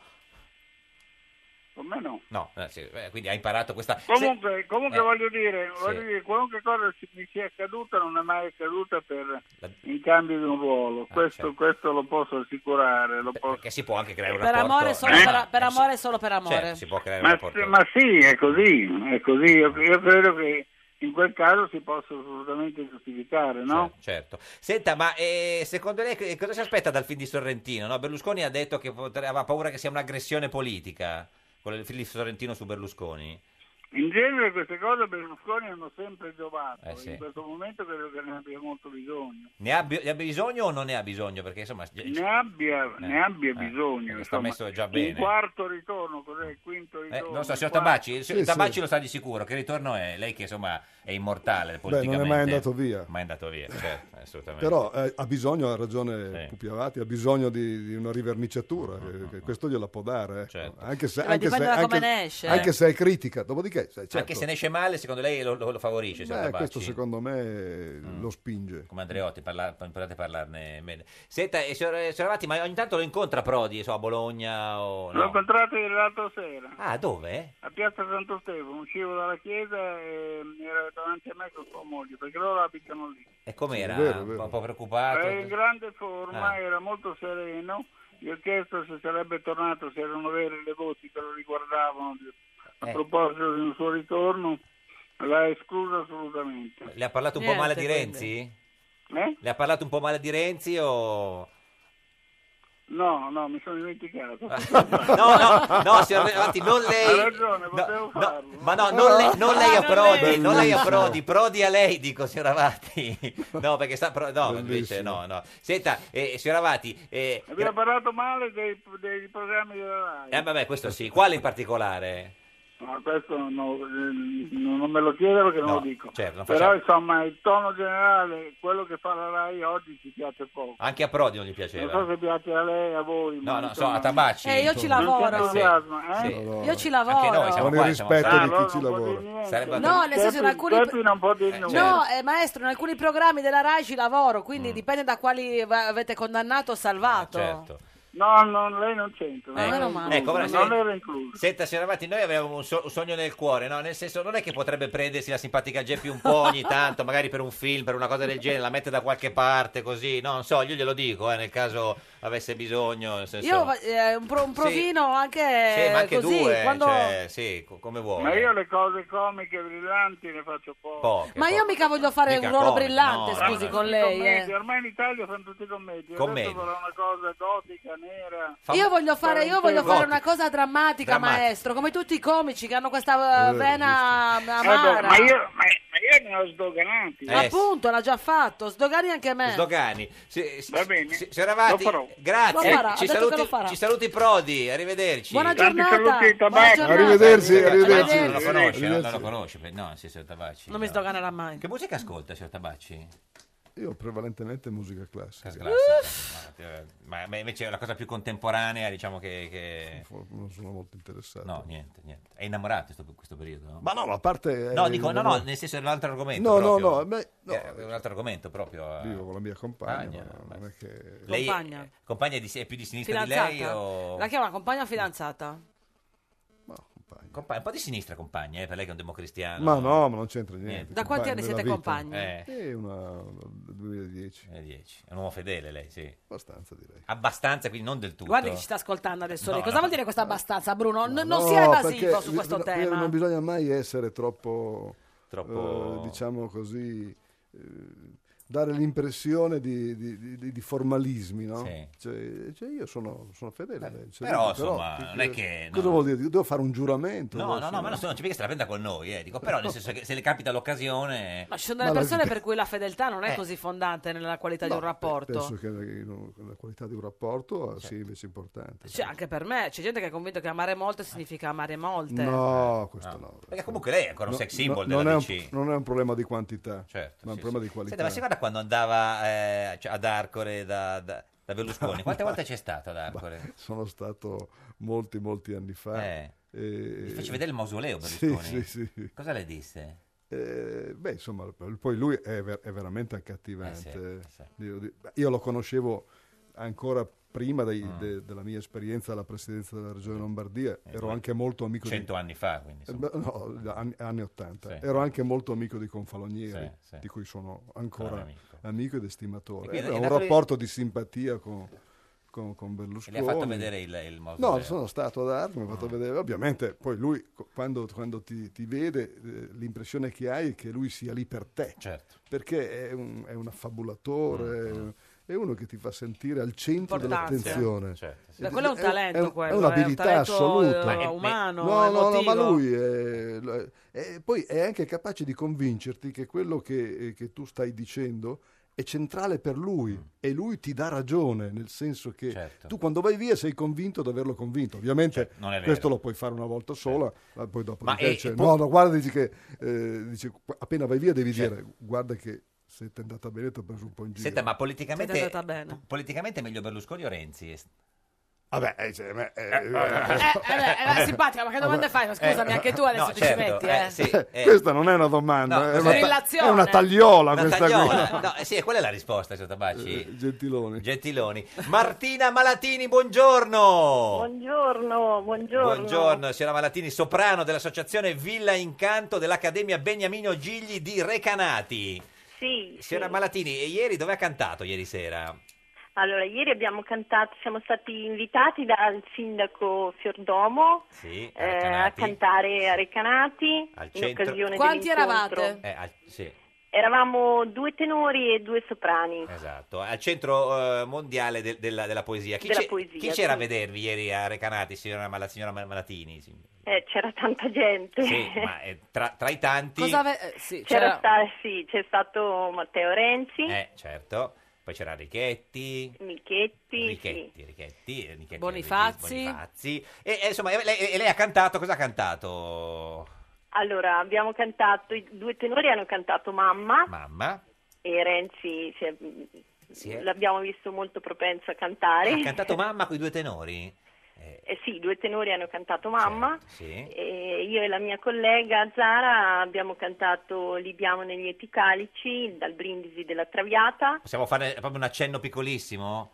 Con me no. No, eh, sì, eh, quindi ha imparato questa... Comunque, comunque Eh, voglio, dire, voglio sì. dire, qualunque cosa ci- mi sia accaduta non è mai accaduta per La- in cambio di un ruolo. Questo, certo. questo lo posso assicurare. Lo posso... Perché si può anche creare un Per rapporto... amore solo eh, per, per eh, amore solo per amore. certo, si può creare un Ma, rapporto... ma sì, è così, è così. Io, io credo che in quel caso si possa assolutamente giustificare, no? Certo. Senta, ma eh, secondo lei che- cosa si aspetta dal film di Sorrentino? No? Berlusconi ha detto che potre- aveva paura che sia un'aggressione politica, quello del film di Sorrentino su Berlusconi. In genere queste cose Berlusconi hanno sempre giovato, Eh, sì. in questo momento credo che ne abbia molto bisogno. Ne ha, bi- ne ha bisogno o non ne ha bisogno? Perché insomma... Ne abbia, Eh, ne abbia eh, bisogno. perché sta insomma. messo già Un bene. quarto ritorno, cos'è il quinto Eh, ritorno? non lo so, il signor quarto- Tabacci, il signor Sì, Tabacci sì. lo sa di sicuro, che ritorno è? Lei che insomma è immortale Beh, politicamente. non è mai andato via. Mai andato via, certo, assolutamente. Però eh, ha bisogno, ha ragione Sì. Pupi Avati, ha bisogno di, di una riverniciatura, che, che questo gliela può dare. ecco. Certo. Anche se, Eh, anche dipende se- da come anche- ne esce, anche eh. se è critica. Dopodiché certo. Anche se ne esce male, secondo lei lo, lo- lo favorisce? signor Beh, Tabacci? questo secondo me lo spinge. Come Andreotti, parla, potete parlarne bene. Senta, eh, signor, eh, signor Avati, ma ogni tanto lo incontra Prodi, so, a Bologna o L'ho no? incontrato l'altra sera. Ah, dove? A Piazza Santo Stefano, uscivo dalla chiesa e era davanti a me con sua moglie, perché loro abitano lì. E com'era? Sì, è vero, è vero. Un po' preoccupato? Era in grande forma, Ah. era molto sereno. Gli ho chiesto se sarebbe tornato, se erano vere le voci che lo riguardavano a Eh. proposito di un suo ritorno. L'ha escluso assolutamente. Le ha parlato un Niente, po' male di quindi. Renzi? Eh? Le ha parlato un po' male di Renzi o... No, no, mi sono dimenticato. No, no, no, signor Avati, non lei... Ha ragione, potevo farlo. Ma no, non lei, non lei a Ah, Prodi, non lei a bellissimo. Prodi, Prodi a lei, dico, signor Avati. No, perché sta... Pro- no, invece no, no. Senta, eh, signor Avati... Eh, Abbiamo parlato male dei, dei programmi della Rai. eh, vabbè, questo sì. Quale in particolare? No, questo no, eh, non me lo chiedo perché non No, lo dico. certo, non Però facciamo- insomma il tono generale, quello che fa la Rai oggi ci piace poco. Anche a Prodi non gli Non piaceva. so se piace a lei, a voi. No, ma no, so, insomma, a Tabacci. Eh, io ci non c'è lavoro. entusiasmo, eh? Sì. Io ci lavoro. Anche noi siamo Con qua, il siamo rispetto stati. di chi ci lavora. Sarebbe No, nel senso in alcuni Peppi non può dire nulla. No, eh, maestro, in alcuni programmi della Rai ci lavoro, quindi Mm. dipende da quali va- avete condannato o salvato. Certo. No, non, lei non c'entra. Eh, non, meno era male. Ecco, incluso, ora, non se- era incluso. Senta, signor Avati, noi avevamo un, so- un sogno nel cuore, no? Nel senso, non è che potrebbe prendersi la simpatica Geppi un po' ogni tanto, magari per un film, per una cosa del genere, la mette da qualche parte, così, no? Non so, io glielo dico, eh, nel caso avesse bisogno, nel senso... Io eh, un, pro- un provino anche, Sì, ma anche così, due, quando... cioè, sì, co- come vuoi. Ma io le cose comiche brillanti ne faccio poco. Poche, Ma io mica voglio fare Mica un ruolo comiche, brillante, no, scusi, no, con Tutti lei. commedie, eh. Ormai in Italia fanno tutti commedie. Commedie. Adesso farò una cosa gotica, nera. Fa- Io voglio fare, io voglio fare una cosa drammatica, Drammatica. maestro, come tutti i comici che hanno questa uh, Eh, vena Eh, beh, amara. ma, io, ma, ma io ne ho sdoganati. Eh, Appunto, l'ha già fatto, sdogani anche me. Sdogani. Si- si- Va bene, si- Signor Avati, lo farò. grazie. Lo farà, ci, ha detto che saluti, lo farà. ci saluti Prodi, arrivederci. Buona Tanti giornata. saluti ai Buona tabacchi. giornata. Arrivederci, Ah, arrivederci. non lo conosce, non Arrivederci. lo conosce. No, sì, signor Tabacci. Non mi no. sdoganerà mai. Che musica ascolta, signor Tabacci? Io prevalentemente musica classica. Classica. Ma, ma invece la cosa più contemporanea, diciamo che... che... Non sono molto interessato. No, niente, niente. È innamorato in questo periodo? No? Ma no, ma a parte... No, eh, dico, no, no, no, nel senso è un altro argomento. No, no, proprio. no, beh, no. È un altro argomento proprio. eh. Vivo con la mia compagna, Compagna, ma non è che... Lei Compagna. È, compagna di, è più di sinistra Fidanzata? di lei o... La chiama compagna o fidanzata? Compa- un po' di sinistra compagna, eh, per lei che è un democristiano. Ma no, ma non c'entra niente. Niente. Da quanti anni Nella siete vita. compagni? Eh. Eh, una... dal duemiladieci. duemiladieci. È un uomo fedele lei, sì. Abbastanza, direi. Abbastanza, quindi non del tutto. Guardi che ci sta ascoltando adesso. No, lì. Cosa no. vuol dire questa abbastanza, Bruno? N- non No, sia evasivo perché su questo no, tema. Non bisogna mai essere troppo, Troppo- eh, diciamo così, eh, dare l'impressione di, di- di- di formalismi, no? Sì. Cioè, cioè io sono, sono fedele a lei, cioè, però, dico, insomma, non è che- Cosa no. vuol dire? Devo fare un giuramento? No, no, adesso? no, ma non, non ci mica se la prenda con noi, eh. Dico, però nel senso che se le capita l'occasione... Ma ci sono delle Ma la- persone per cui la fedeltà non è Eh. così fondante nella qualità di No, un rapporto. Penso che la, la qualità di un rapporto sia invece importante. Cioè, anche per me c'è gente che è convinto che amare molto significa amare molte. No, questo no. Perché comunque lei è ancora un No, sex symbol no, della non, D è C. un, non è un problema di quantità, Certo, ma è un sì, problema sì. di qualità. Senta, ma si guarda quando andava eh, cioè, ad Arcore da, da- da Berlusconi? Quante volte c'è stato ad Arcore? Sono stato molti, molti anni fa. Eh. E- Mi fece vedere il mausoleo Sì, Berlusconi. sì, sì. Cosa le disse? Eh, beh, insomma, poi lui è, ver- è veramente accattivante. Eh sì, sì. Io, io lo conoscevo ancora prima dei- Mm. de- della mia esperienza alla presidenza della regione Lombardia. Eh, Ero due- anche molto amico Cento di... anni fa, quindi. Eh, insomma. beh, no, anni, anni ottanta. Sì. Ero anche molto amico di Confalonieri, Sì, sì. di cui sono Ancora ancora amico. amico ed estimatore. E quindi Aveva è un nato lì- rapporto di simpatia con, con, con E Berlusconi. le ha fatto vedere il, il mausoleo? No, sono stato ad Arte, mi ha fatto vedere. Ovviamente, poi lui, co- quando, quando ti, ti vede, eh, l'impressione che hai è che lui sia lì per te. Certo. Perché è un, è un affabulatore, Mm, è uno che ti fa sentire al centro Importanza. dell'attenzione. Certo, sì. Beh, quello è un talento, è, un- quello, è un'abilità è un talento, assoluta. eh, Ma è- umano, No, no, no, emotivo. ma lui è, è- poi è anche capace di convincerti che quello che, che tu stai dicendo è centrale per lui e lui ti dà ragione, nel senso che Mm. Certo. tu quando vai via sei convinto di averlo convinto. Ovviamente Certo, non è vero. questo lo puoi fare una volta sola, ma poi dopo Ma di te è- c'è- può- no, no, guarda, dici che eh, dici, qu- appena vai via devi Certo. dire guarda che se ti è andata bene ti ho preso un po' in giro. Senta, ma politicamente, Siete andata bene. politicamente è meglio Berlusconi o Renzi? Vabbè, eh, cioè, eh, eh, Eh, eh, beh, è simpatica, ma che domande fai? Ma scusami, Eh, anche tu adesso no, ti certo, ci metti, eh, eh. sì, eh. Questa non è una domanda, No, è, cos'è? una ta- Relazione. è una tagliola Una questa tagliola. qui. No, eh, sì, qual è la risposta, signor Tabacci? Gentiloni. Gentiloni. Martina Malatini, buongiorno. Buongiorno, buongiorno. Buongiorno, signora Malatini, soprano dell'associazione Villa Incanto dell'Accademia Beniamino Gigli di Recanati. Sì, Signora sì. Malatini, e ieri dove ha cantato ieri sera? Allora, ieri abbiamo cantato, siamo stati invitati dal sindaco Fiordomo Sì, a eh, a Recanati. cantare a Recanati Al in centro. occasione Quanti dell'incontro. eravate? Eh, al- sì, Eravamo due tenori e due soprani. esatto, al centro eh, mondiale de- della, della poesia. Chi, Della c'è- poesia, chi c'era sì. a vedervi ieri a Recanati, signora, Mala- signora Ma- Malatini? Sì, Eh, c'era tanta gente. Sì, ma eh, tra, tra i tanti... Cosa ave- eh, sì, C'era c'era- sta- sì, c'è stato Matteo Renzi, Eh, certo. Poi c'era Richetti, Michetti, Richetti, Richetti, eh, Richetti, Bonifazzi. Bonifazzi. E, e, insomma, e lei, e lei ha cantato, cosa ha cantato? Allora, abbiamo cantato, i due tenori hanno cantato Mamma Mamma. e Renzi si è- Si è- l'abbiamo visto molto propenso a cantare. Ha cantato Mamma con i due tenori? Eh sì, i due tenori hanno cantato Mamma Sì. e io e la mia collega Zara abbiamo cantato Libiamo negli eticalici dal Brindisi della Traviata. Possiamo fare proprio un accenno piccolissimo?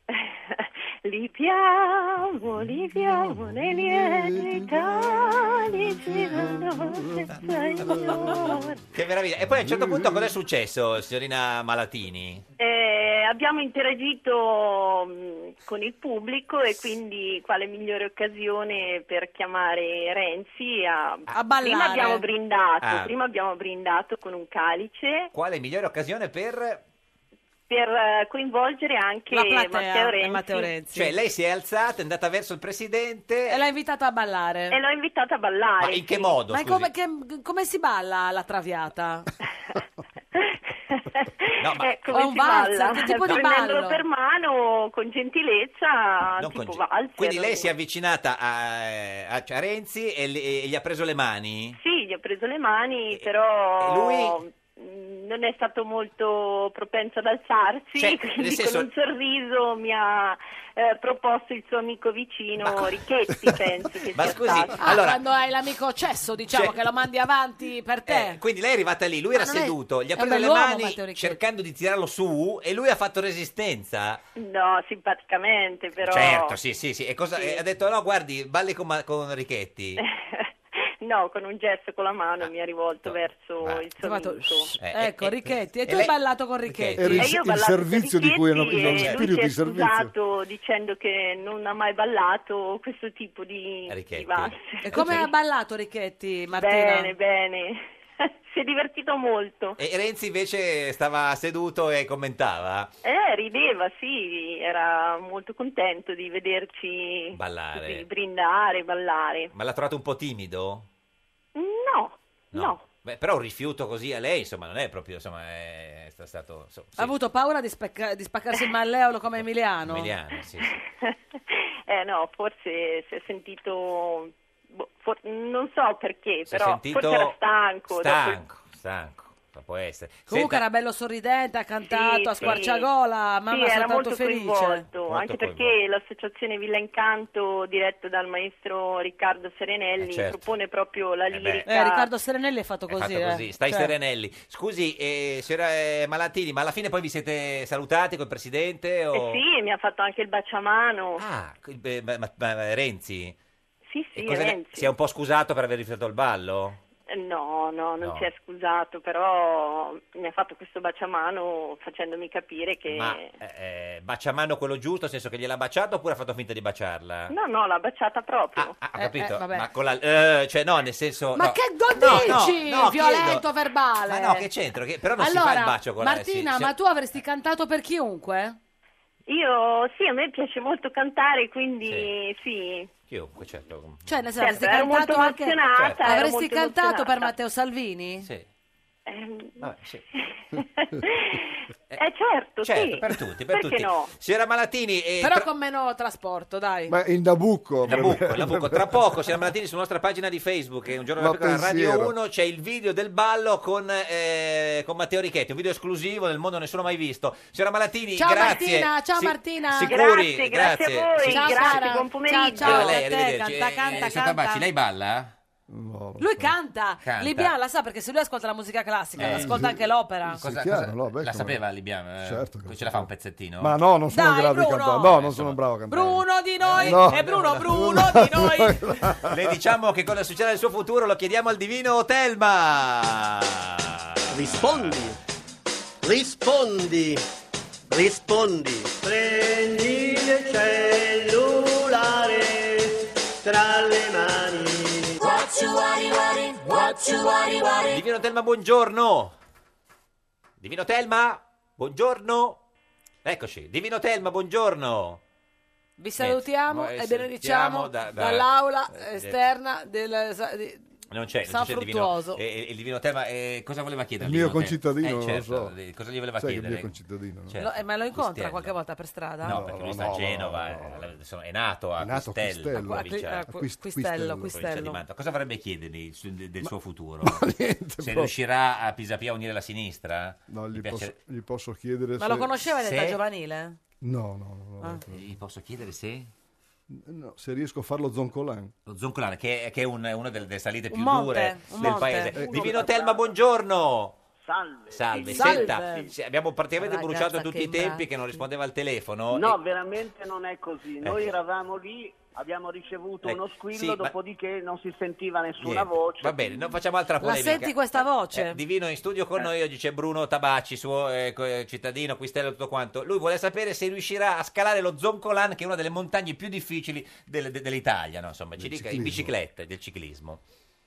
Libiamo, libiamo negli eticalici del nostro Signore. Che meraviglia. E poi a un certo punto cosa è successo, signorina Malatini? Eh, abbiamo interagito mh, con il pubblico e quindi quale migliore occasione per chiamare Renzi a, A ballare. Prima abbiamo brindato, Ah. prima abbiamo brindato con un calice Quale migliore occasione per... per eh, coinvolgere anche La platea Matteo e Renzi. Matteo Renzi. Cioè lei si è alzata, è andata verso il presidente... E l'ha invitato a ballare. E l'ho invitato a ballare. Ma in che sì. modo, Ma scusi? come, che- come si balla la traviata? No, ma- Eh, come È un si valzer, balla? che tipo di Prendendolo ballo? per mano con gentilezza, Non tipo con- valzer. Quindi lei si è avvicinata a, a- a Renzi e, le- e gli ha preso le mani? Sì, gli ho preso le mani, però e lui? mh, non è stato molto propenso ad alzarsi, Cioè, quindi nel senso- con un sorriso mi ha eh, proposto il suo amico vicino Richetti, penso che Ma sia scusi, stato. Ah, allora... quando hai l'amico cesso, diciamo, Cioè- che lo mandi avanti per te. Eh, quindi lei è arrivata lì, lui era non è- seduto, gli ha è un preso le bell'uomo, mani Matteo Richetti. cercando di tirarlo su e lui ha fatto resistenza. No, simpaticamente, però... Certo, sì, sì, sì. E cosa, Sì. e ha detto no, guardi, balli con, Ma- con Richetti. No, con un gesto con la mano mi ha rivolto verso va. il suo Ha fatto, amico. "Shh". Eh, ecco, eh, Richetti. E e tu lei- hai ballato con Richetti. Era il, E io ho il ballato servizio con di cui hanno Richetti lo e spirito lui di si è servizio. scusato dicendo che non ha mai ballato questo tipo di, Richetti. di valse. E come ha ballato Richetti, Martina? Bene, bene. Si è divertito molto. E Renzi invece stava seduto e commentava. Eh, rideva, sì, era molto contento di vederci Ballare. così, brindare, ballare. Ma l'ha trovato un po' timido? No, no. Beh, però un rifiuto così a lei, insomma, non è proprio, insomma, è sta- stato... so- sì, Ha avuto paura di, specca- di spaccarsi il malleolo come Emiliano? Emiliano, sì, sì. Eh no, forse si è sentito, boh, for- non so perché, Si è però sentito forse era stanco. dopo- Stanco, stanco, ma può essere. Comunque Senta- era bello sorridente, ha cantato Sì, a sì. squarciagola, mamma Sì, sono era tanto molto felice. coinvolto, Molto anche perché l'associazione Villa Incanto, diretta dal maestro Riccardo Serenelli, Eh, certo. propone proprio la Eh beh. lirica. Eh, Riccardo Serenelli è fatto È così. fatto eh. così, stai Cioè, serenelli. Scusi, eh, signora eh, Malatini, ma alla fine poi vi siete salutati col presidente? O... Eh sì, mi ha fatto anche il baciamano. Ah, eh, ma- ma- ma Renzi? Sì, sì, E cosa ne- Renzi. Si è un po' scusato per aver rifiutato il ballo? Eh, No, no, non No. si è scusato, però mi ha fatto questo baciamano facendomi capire che... Ma eh, eh, baciamano quello giusto, nel senso che gliel'ha baciato oppure ha fatto finta di baciarla? No, no, l'ha baciata proprio. Ah, ho capito, eh, vabbè. ma con la... eh, cioè no, nel senso... Ma no. che do- No, no, dici? no, Violento chiedo. verbale. Ma no, che c'entro? Che... Però non allora, si fa il bacio con Martina, la... sì, ma sì. tu avresti cantato per chiunque? Io, sì, a me piace molto cantare, quindi sì. Chiunque, certo. Cioè, nel senso, Certo, avresti ero cantato molto anche... emozionata, Certo. ero Avresti molto cantato per emozionata. Matteo Salvini? Sì. Ehm, Vabbè, sì. Eh certo, Certo, sì. per tutti, per Perché tutti. no? Signora Malatini, eh, Però tra- con meno trasporto, dai. Ma il Nabucco. il Nabucco, il Nabucco. Tra poco, signora Malatini, sulla nostra pagina di Facebook, che è un giorno da Ma pecora Radio pensiero. uno, c'è il video del ballo con, eh, con Matteo Richetti, un video esclusivo, nel mondo nessuno mai visto. Signora Malatini, Ciao grazie. Martina, ciao Si- Martina. Sicuri, Grazie, grazie a voi, Sì. Ciao, grazie, cara. buon pomeriggio. Ciao, ciao, a lei, a te, arrivederci. canta, Eh, canta, eh, signor canta. Tabacci, lei balla? No, Lui canta. Canta. Libiana la sa perché se lui ascolta la musica classica, Eh, ascolta sì. anche l'opera. Sì, chiaro, no, beh, la come- sapeva Libiana? Eh, Certo che lo ce la fa un pezzettino? Ma no, non sono Dai, in grado di Bruno. cantare. No, non sono bravo a cantare. Bruno di noi No. e Bruno Bruno di noi. Le diciamo che cosa succede nel suo futuro lo chiediamo al divino Telma. Rispondi, rispondi, rispondi. Prendi il cellulare tra le mani. Divino Telma, buongiorno. Divino Telma, buongiorno. Eccoci, Divino Telma, buongiorno. Vi salutiamo Niente, e salutiamo benediciamo da- da- dall'aula eh, esterna del sa- di- Non c'è, San non c'è il divino, Fruttuoso. eh, eh, il divino Telma, eh, cosa voleva chiedere? Il mio divino Telma? concittadino, Eh, non lo certo, so. eh, cosa gli voleva Sai che il chiedere? mio concittadino, no? Certo. Lo- eh, ma lo incontra Quistello. qualche volta per strada? No, perché lui sta no, a Genova, no, eh, insomma, è nato a È nato a Quistello, Quistello. in provincia- A Qui- Quistello, Quistello. di Mantova. Cosa vorrebbe chiedergli su- de- del suo futuro? niente, Se proprio. riuscirà a Pisapia a unire la sinistra? No, Mi gli, piace- posso, gli posso chiedere Ma se... lo conosceva in età Se- giovanile? No, no, no. no, Ah. no. Gli posso chiedere se? No, se riesco a farlo zoncolan. Lo Zoncolano, che è, che è un- una delle salite Un più monte, dure un del monte. paese. Uno Divino Telma, buongiorno. Salve. Salve, Salve. senta, sì, abbiamo praticamente Ragazza bruciato tutti che i tempi imbraccia. che non rispondeva al telefono. No, e- veramente non è così. Noi Eh. eravamo lì, abbiamo ricevuto Eh, uno squillo, sì, ma- dopodiché non si sentiva nessuna Niente. voce. Va bene, non facciamo altra La polemica. senti questa voce? Eh, Divino, in studio con noi oggi c'è Bruno Tabacci, suo eh, co- eh, cittadino, Quistello e tutto quanto. Lui vuole sapere se riuscirà a scalare lo Zoncolan, che è una delle montagne più difficili del- de- dell'Italia, no? Insomma, ci Del dica, in ciclismo. bicicletta, del ciclismo.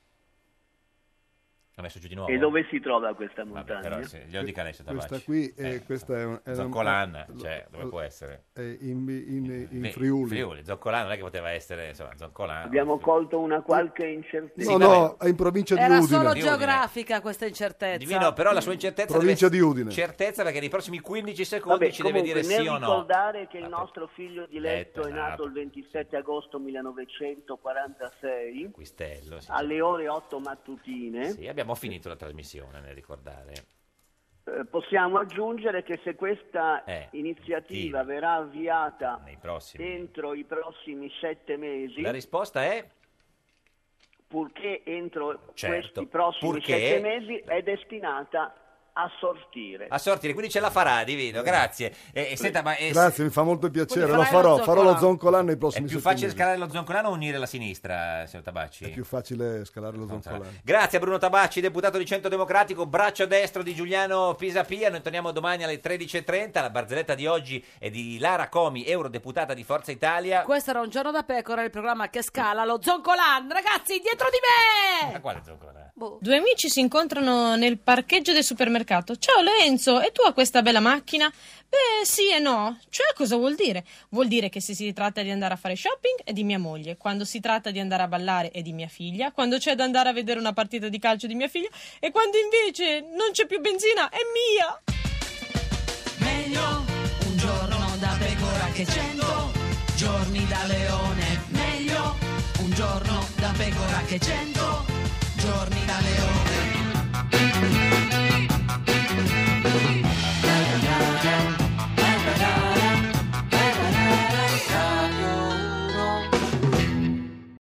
Ha messo giù di nuovo? E dove si trova questa Vabbè, montagna? però sì, glielo dica lei, signor Questa Tabacci. qui è, questa è, un- è un- Zoncolan, lo- cioè, dove può essere? È in, in- in Beh, Friuli. Friuli, Zoncolan non è che poteva essere, insomma, Zoncolan. Abbiamo colto una qualche incertezza. No, no, è in provincia di Era Udine. solo Di Udine. geografica questa incertezza. Divino, però la sua incertezza Provincia deve- di Udine. certezza perché nei prossimi quindici secondi Vabbè, ci deve comunque, dire nel sì o no. ricordare che il nostro figlio diletto Letto, è nato nato. il ventisette agosto millenovecentoquarantasei Quistello, sì, alle ore otto mattutine. sì, abbiamo finito la trasmissione nel ricordare. Eh, possiamo aggiungere che se questa Eh, iniziativa sì. verrà avviata Nei prossimi. entro i prossimi sette mesi, La risposta è purché entro Certo, questi prossimi purché- sette mesi è destinata a sortire. a sortire, quindi ce la farà Divino, grazie. E, e senta, ma è, Grazie, mi fa molto piacere. Quindi Lo farai farò, lo farò lo Zoncolan. zoncolan nei è prossimi più sette facile mesi. scalare lo Zoncolano o unire la sinistra, signor Tabacci? È più facile scalare lo zoncolan. Grazie a Bruno Tabacci, deputato di Centro Democratico, braccio destro di Giuliano Pisapia. Noi torniamo domani alle tredici e trenta. La barzelletta di oggi è di Lara Comi, eurodeputata di Forza Italia. Questo era Un giorno da pecora, il programma che scala lo Zoncolan. Ragazzi, dietro di me! Ma quale Zoncolan? Due amici si incontrano nel parcheggio del supermercato. Ciao Lorenzo, e tu hai questa bella macchina? Beh, sì e no. Cioè, cosa vuol dire? Vuol dire che se si tratta di andare a fare shopping è di mia moglie, quando si tratta di andare a ballare è di mia figlia, quando c'è da andare a vedere una partita di calcio è di mia figlia, e quando invece non c'è più benzina è mia. Meglio un giorno da pecora che cento giorni da leone. Meglio un giorno da pecora che cento giorni da leone.